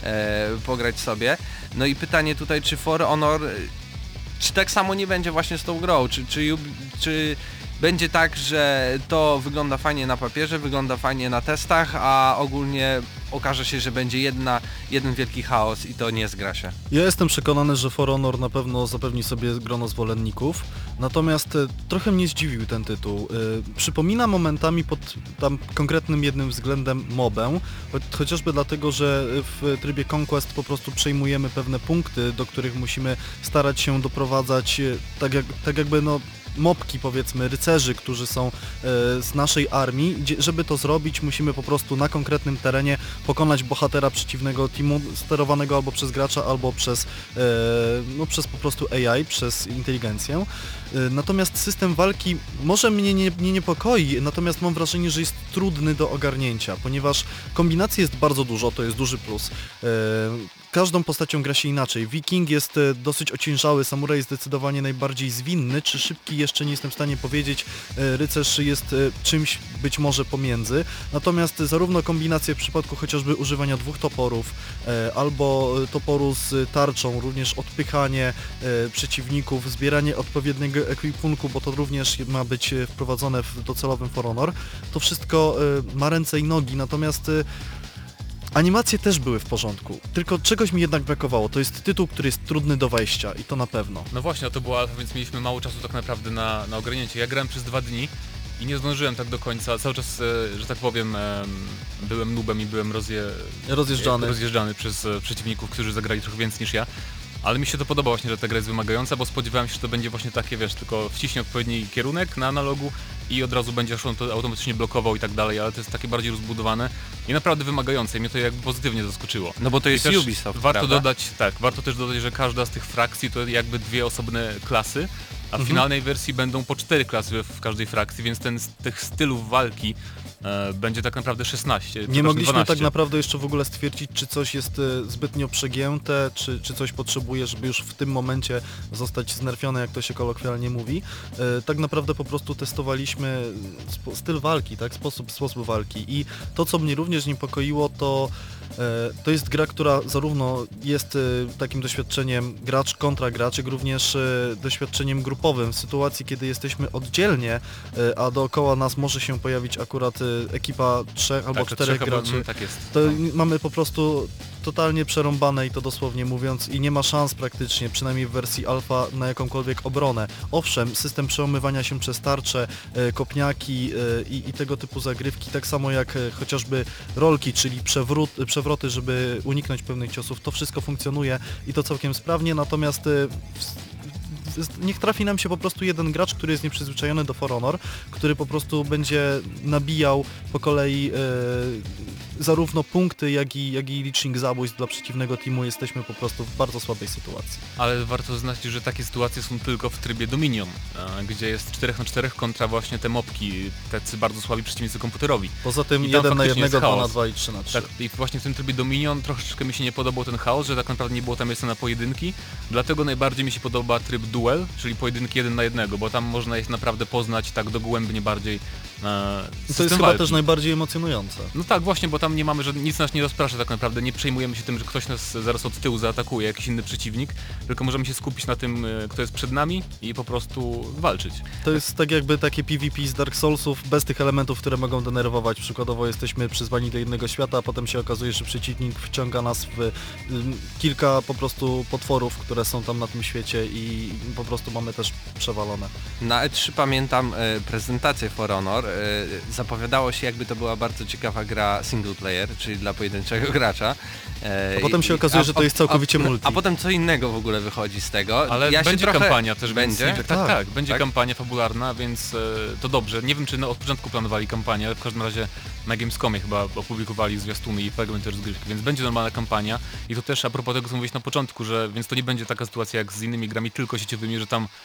pograć sobie. No i pytanie tutaj, czy For Honor, czy tak samo nie będzie właśnie z tą grą, czy będzie tak, że to wygląda fajnie na papierze, wygląda fajnie na testach, a ogólnie okaże się, że będzie jeden wielki chaos i to nie zgra się. Ja jestem przekonany, że For Honor na pewno zapewni sobie grono zwolenników, natomiast trochę mnie zdziwił ten tytuł. Przypomina momentami pod tam konkretnym jednym względem MOBę, chociażby dlatego, że w trybie Conquest po prostu przejmujemy pewne punkty, do których musimy starać się doprowadzać tak jakby no mobki, powiedzmy, rycerzy, którzy są z naszej armii. Żeby to zrobić, musimy po prostu na konkretnym terenie pokonać bohatera przeciwnego teamu, sterowanego albo przez gracza, albo przez po prostu AI, przez inteligencję. Natomiast system walki może mnie nie niepokoi, natomiast mam wrażenie, że jest trudny do ogarnięcia, ponieważ kombinacji jest bardzo dużo, to jest duży plus. Każdą postacią gra się inaczej. Wiking jest dosyć ociężały, samuraj jest zdecydowanie najbardziej zwinny, czy szybki jeszcze nie jestem w stanie powiedzieć, rycerz jest czymś być może pomiędzy. Natomiast zarówno kombinacje w przypadku chociażby używania 2 toporów, albo toporu z tarczą, również odpychanie przeciwników, zbieranie odpowiedniego ekwipunku, bo to również ma być wprowadzone w docelowym For Honor, to wszystko ma ręce i nogi, natomiast animacje też były w porządku, tylko czegoś mi jednak brakowało. To jest tytuł, który jest trudny do wejścia i to na pewno. No właśnie, to była alfa, więc mieliśmy mało czasu tak naprawdę na ogarnięcie. Ja grałem przez 2 dni i nie zdążyłem tak do końca. Cały czas, że tak powiem, byłem noobem i byłem rozjeżdżany przez przeciwników, którzy zagrali trochę więcej niż ja. Ale mi się to podoba właśnie, że ta gra jest wymagająca, bo spodziewałem się, że to będzie właśnie takie, wiesz, tylko wciśnij odpowiedni kierunek na analogu i od razu będziesz on to automatycznie blokował i tak dalej, ale to jest takie bardziej rozbudowane i naprawdę wymagające i mnie to jakby pozytywnie zaskoczyło. No bo to jest Ubisoft, warto dodać, warto też dodać, że każda z tych frakcji to jakby 2 osobne klasy, a w finalnej wersji będą po 4 klasy w każdej frakcji, więc tych stylów walki będzie tak naprawdę 16. Nie mogliśmy 12. tak naprawdę jeszcze w ogóle stwierdzić, czy coś jest zbytnio przegięte, czy coś potrzebuje, żeby już w tym momencie zostać znerfione, jak to się kolokwialnie mówi. Tak naprawdę po prostu testowaliśmy styl walki, tak? Sposób walki i to, co mnie również niepokoiło, to jest gra, która zarówno jest takim doświadczeniem gracz kontra gracz, jak również doświadczeniem grupowym. W sytuacji, kiedy jesteśmy oddzielnie, a dookoła nas może się pojawić akurat ekipa 3 albo 4 graczy, tak jest. to mamy po prostu totalnie przerąbane i to dosłownie mówiąc i nie ma szans praktycznie, przynajmniej w wersji alfa, na jakąkolwiek obronę. Owszem, system przełamywania się przez tarcze, kopniaki i tego typu zagrywki, tak samo jak chociażby rolki, czyli przewroty, żeby uniknąć pewnych ciosów, to wszystko funkcjonuje i to całkiem sprawnie, natomiast niech trafi nam się po prostu jeden gracz, który jest nieprzyzwyczajony do For Honor, który po prostu będzie nabijał po kolei zarówno punkty, jak i licznik zabójstw dla przeciwnego teamu. Jesteśmy po prostu w bardzo słabej sytuacji. Ale warto zaznaczyć, że takie sytuacje są tylko w trybie Dominion, gdzie jest 4-4 kontra właśnie te mopki, tacy bardzo słabi przeciwnicy komputerowi. Poza tym I tam 1 na faktycznie 1, jest 2 na chaos. 2 i 3 na 3. Tak, i właśnie w tym trybie Dominion troszeczkę mi się nie podobał ten chaos, że tak naprawdę nie było tam miejsca na pojedynki, dlatego najbardziej mi się podoba tryb Duel, czyli pojedynki 1 na 1, bo tam można ich naprawdę poznać tak dogłębnie bardziej to jest chyba też najbardziej emocjonujące. No tak, właśnie, bo tam nie mamy, że nic nas nie rozprasza tak naprawdę, nie przejmujemy się tym, że ktoś nas zaraz od tyłu zaatakuje, jakiś inny przeciwnik, tylko możemy się skupić na tym, kto jest przed nami i po prostu walczyć. To jest tak jakby takie PvP z Dark Soulsów bez tych elementów, które mogą denerwować. Przykładowo jesteśmy przyzwani do jednego świata, a potem się okazuje, że przeciwnik wciąga nas w kilka po prostu potworów, które są tam na tym świecie i po prostu mamy też przewalone. Na E3 pamiętam prezentację For Honor. Zapowiadało się, jakby to była bardzo ciekawa gra single player, czyli dla pojedynczego gracza. A potem się okazuje, że to jest całkowicie multi. A potem co innego w ogóle wychodzi z tego. Ale ja będzie trochę... kampania też, będzie? Więc, tak, będzie kampania fabularna, więc to dobrze. Nie wiem, czy od początku planowali kampanię, ale w każdym razie na Gamescomie chyba opublikowali zwiastuny i fragmenty rozgrywki, więc będzie normalna kampania. I to też a propos tego, co mówiłeś na początku, że więc to nie będzie taka sytuacja jak z innymi grami tylko sieciowymi, że tam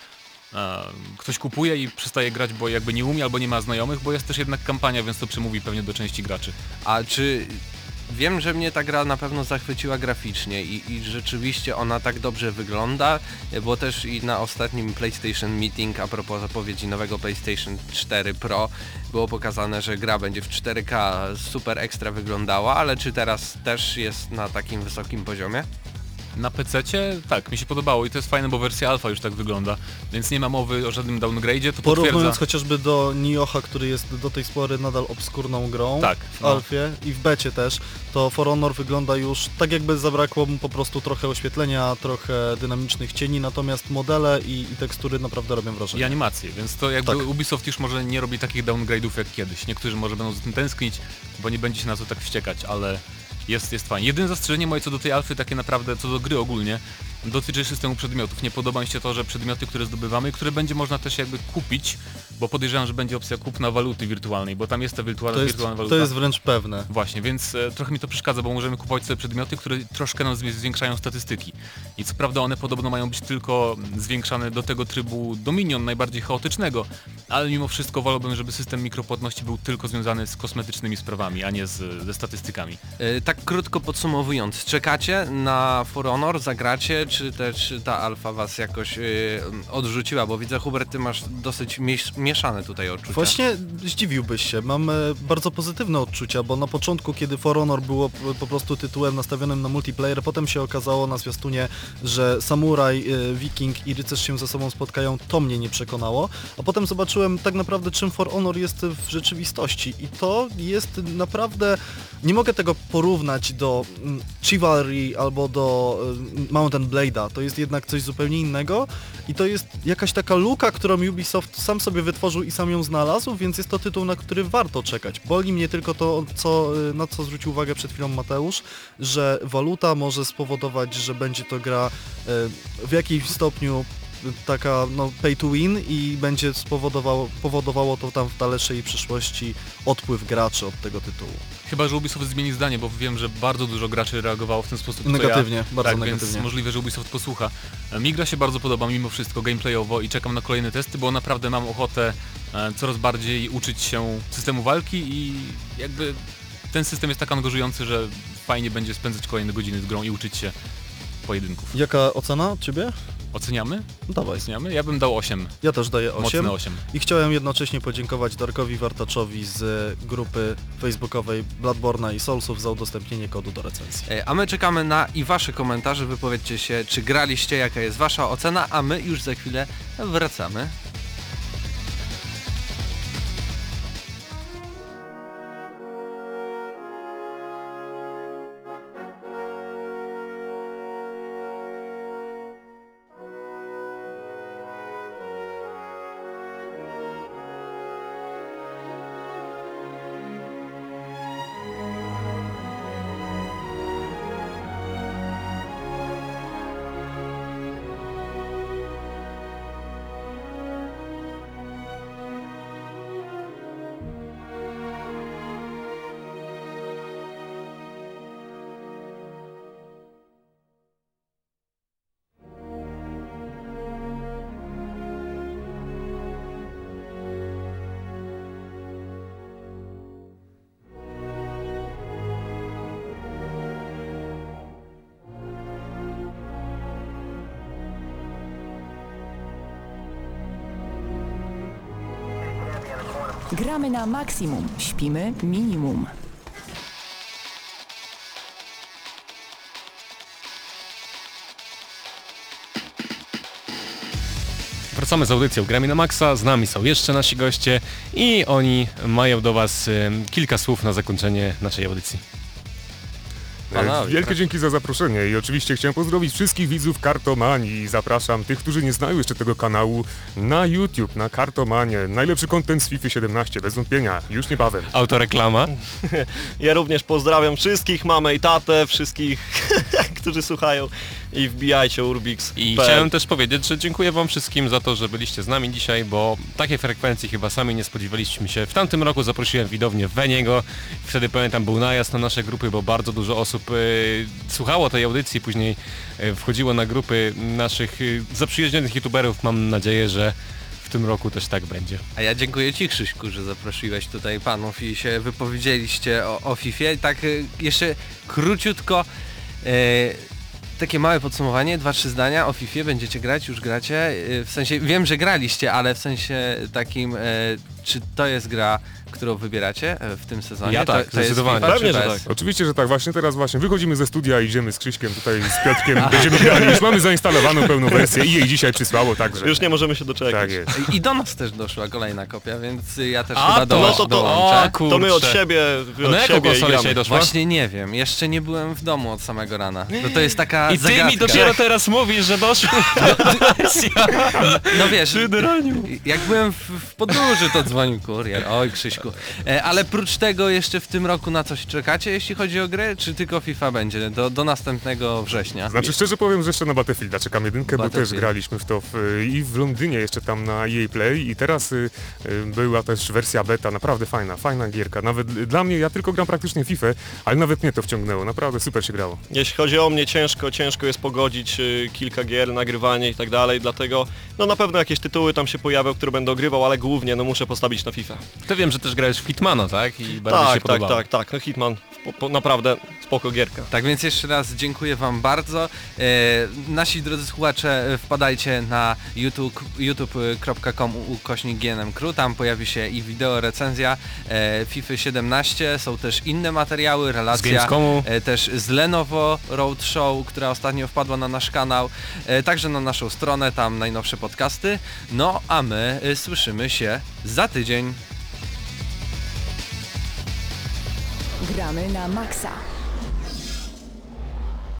ktoś kupuje i przestaje grać, bo jakby nie umie albo nie ma znajomych, bo jest też jednak kampania, więc to przemówi pewnie do części graczy. A czy... Wiem, że mnie ta gra na pewno zachwyciła graficznie i rzeczywiście ona tak dobrze wygląda, bo też i na ostatnim PlayStation Meeting a propos zapowiedzi nowego PlayStation 4 Pro było pokazane, że gra będzie w 4K super ekstra wyglądała, ale czy teraz też jest na takim wysokim poziomie? Na PC-cie tak, mi się podobało i to jest fajne, bo wersja alfa już tak wygląda, więc nie ma mowy o żadnym downgrade'zie, to porównując chociażby do Nioha, który jest do tej pory nadal obskurną grą w alfie i w becie też, to For Honor wygląda już tak jakby zabrakło mu po prostu trochę oświetlenia, trochę dynamicznych cieni, natomiast modele i tekstury naprawdę robią wrażenie. I animacje, więc to jakby Ubisoft już może nie robi takich downgrade'ów jak kiedyś. Niektórzy może będą za tym tęsknić, bo nie będzie się na to tak wściekać, ale jest fajnie. Jedyne zastrzeżenie moje co do tej alfy, takie naprawdę, co do gry ogólnie, dotyczy systemu przedmiotów. Nie podoba mi się to, że przedmioty, które zdobywamy, które będzie można też jakby kupić, bo podejrzewam, że będzie opcja kupna waluty wirtualnej, bo tam jest ta wirtualna waluta. To jest wręcz pewne. Właśnie, więc trochę mi to przeszkadza, bo możemy kupować sobie przedmioty, które troszkę nam zwiększają statystyki. I co prawda one podobno mają być tylko zwiększane do tego trybu Dominion, najbardziej chaotycznego, ale mimo wszystko wolałbym, żeby system mikropłatności był tylko związany z kosmetycznymi sprawami, a nie ze statystykami. Tak krótko podsumowując, czekacie na For Honor, zagracie, czy też ta alfa was jakoś odrzuciła, bo widzę, Hubert, ty masz dosyć mieszane tutaj odczucia. Właśnie zdziwiłbyś się, mam bardzo pozytywne odczucia, bo na początku, kiedy For Honor było po prostu tytułem nastawionym na multiplayer, potem się okazało na zwiastunie, że samuraj, wiking i rycerz się ze sobą spotkają, to mnie nie przekonało, a potem zobaczyłem tak naprawdę, czym For Honor jest w rzeczywistości i to jest naprawdę, nie mogę tego porównać do Chivalry albo do Mountain Blade'a, to jest jednak coś zupełnie innego i to jest jakaś taka luka, którą Ubisoft sam sobie wytworzył i sam ją znalazł, więc jest to tytuł, na który warto czekać. Boli mnie tylko to, na co zwrócił uwagę przed chwilą Mateusz, że waluta może spowodować, że będzie to gra w jakimś stopniu taka pay to win i będzie powodowało to tam w dalszej przyszłości odpływ graczy od tego tytułu. Chyba że Ubisoft zmieni zdanie, bo wiem, że bardzo dużo graczy reagowało w ten sposób. Negatywnie, bardzo tak, negatywnie. Więc możliwe, że Ubisoft posłucha. Mi gra się bardzo podoba mimo wszystko gameplayowo i czekam na kolejne testy, bo naprawdę mam ochotę coraz bardziej uczyć się systemu walki i jakby ten system jest tak angażujący, że fajnie będzie spędzać kolejne godziny z grą i uczyć się pojedynków. Jaka ocena od ciebie? Oceniamy? Dawaj. Oceniamy? Ja bym dał 8. Ja też daję 8. Mocne 8. I chciałem jednocześnie podziękować Darkowi Wartaczowi z grupy facebookowej Bloodborne'a i Soulsów za udostępnienie kodu do recenzji. A my czekamy na i wasze komentarze, wypowiedzcie się, czy graliście, jaka jest wasza ocena, a my już za chwilę wracamy. Gramy na maksimum, śpimy minimum. Wracamy z audycją Gramy na Maxa, z nami są jeszcze nasi goście i oni mają do Was kilka słów na zakończenie naszej audycji. Wielkie dzięki za zaproszenie i oczywiście chciałem pozdrowić wszystkich widzów Kartomanii. Zapraszam tych, którzy nie znają jeszcze tego kanału na YouTube, na Kartomanie. Najlepszy content z FIFA 17, bez wątpienia, już niebawem. Autoreklama. Ja również pozdrawiam wszystkich, mamę i tatę, wszystkich, którzy słuchają i wbijajcie Urbix. I chciałem też powiedzieć, że dziękuję Wam wszystkim za to, że byliście z nami dzisiaj, bo takiej frekwencji chyba sami nie spodziewaliśmy się. W tamtym roku zaprosiłem widownię Weniego, wtedy pamiętam był najazd na nasze grupy, bo bardzo dużo osób słuchało tej audycji, później wchodziło na grupy naszych zaprzyjaźnionych youtuberów. Mam nadzieję, że w tym roku też tak będzie. A ja dziękuję Ci, Krzyśku, że zaprosiłeś tutaj panów i się wypowiedzieliście o FIFA. Tak jeszcze króciutko, takie małe podsumowanie, 2-3 zdania o FIFA. Będziecie grać, już gracie? W sensie, wiem, że graliście, ale w sensie takim, czy to jest gra, którą wybieracie w tym sezonie? Ja tak, zdecydowanie. Pewnie, że tak. Oczywiście, że tak, właśnie teraz wychodzimy ze studia, idziemy z Krzyśkiem tutaj, z Piotrkiem, będziemy grali, już mamy zainstalowaną pełną wersję i jej dzisiaj przysłało, także... Już nie możemy się doczekać. Tak jest. I do nas też doszła kolejna kopia, więc ja też A, chyba dołączę. To my od siebie, No na jaką konsolę dzisiaj doszła? Właśnie nie wiem, jeszcze nie byłem w domu od samego rana. No to jest taka I Ty zagadka. mi dopiero teraz mówisz, że doszła No wiesz, jak byłem w podróży, to dzwonił kurier. Oj, Krzyśku. Ale prócz tego jeszcze w tym roku na coś czekacie, jeśli chodzi o grę, czy tylko FIFA będzie do następnego września? Znaczy szczerze powiem, że jeszcze na Battlefielda czekam jedynkę, bo Battlefield. też graliśmy w to i w Londynie jeszcze tam na EA Play i teraz była też wersja beta, naprawdę fajna gierka. Nawet dla mnie, ja tylko gram praktycznie FIFA, ale nawet mnie to wciągnęło, naprawdę super się grało. Jeśli chodzi o mnie, ciężko jest pogodzić kilka gier, nagrywanie i tak dalej, dlatego no na pewno jakieś tytuły tam się pojawią, które będę ogrywał, ale głównie no muszę postawić na FIFA. To wiem, że też grałeś w Hitmana, tak? I bardzo się podobało. Tak. No Hitman, naprawdę spoko gierka. Tak więc jeszcze raz dziękuję Wam bardzo. Nasi drodzy słuchacze, wpadajcie na youtube.com/GNM Crew, tam pojawi się i wideo recenzja FIFA 17, są też inne materiały, relacja też z Lenovo Roadshow, która ostatnio wpadła na nasz kanał, także na naszą stronę, tam najnowsze podcasty. No a my słyszymy się za tydzień. Gramy na maksa.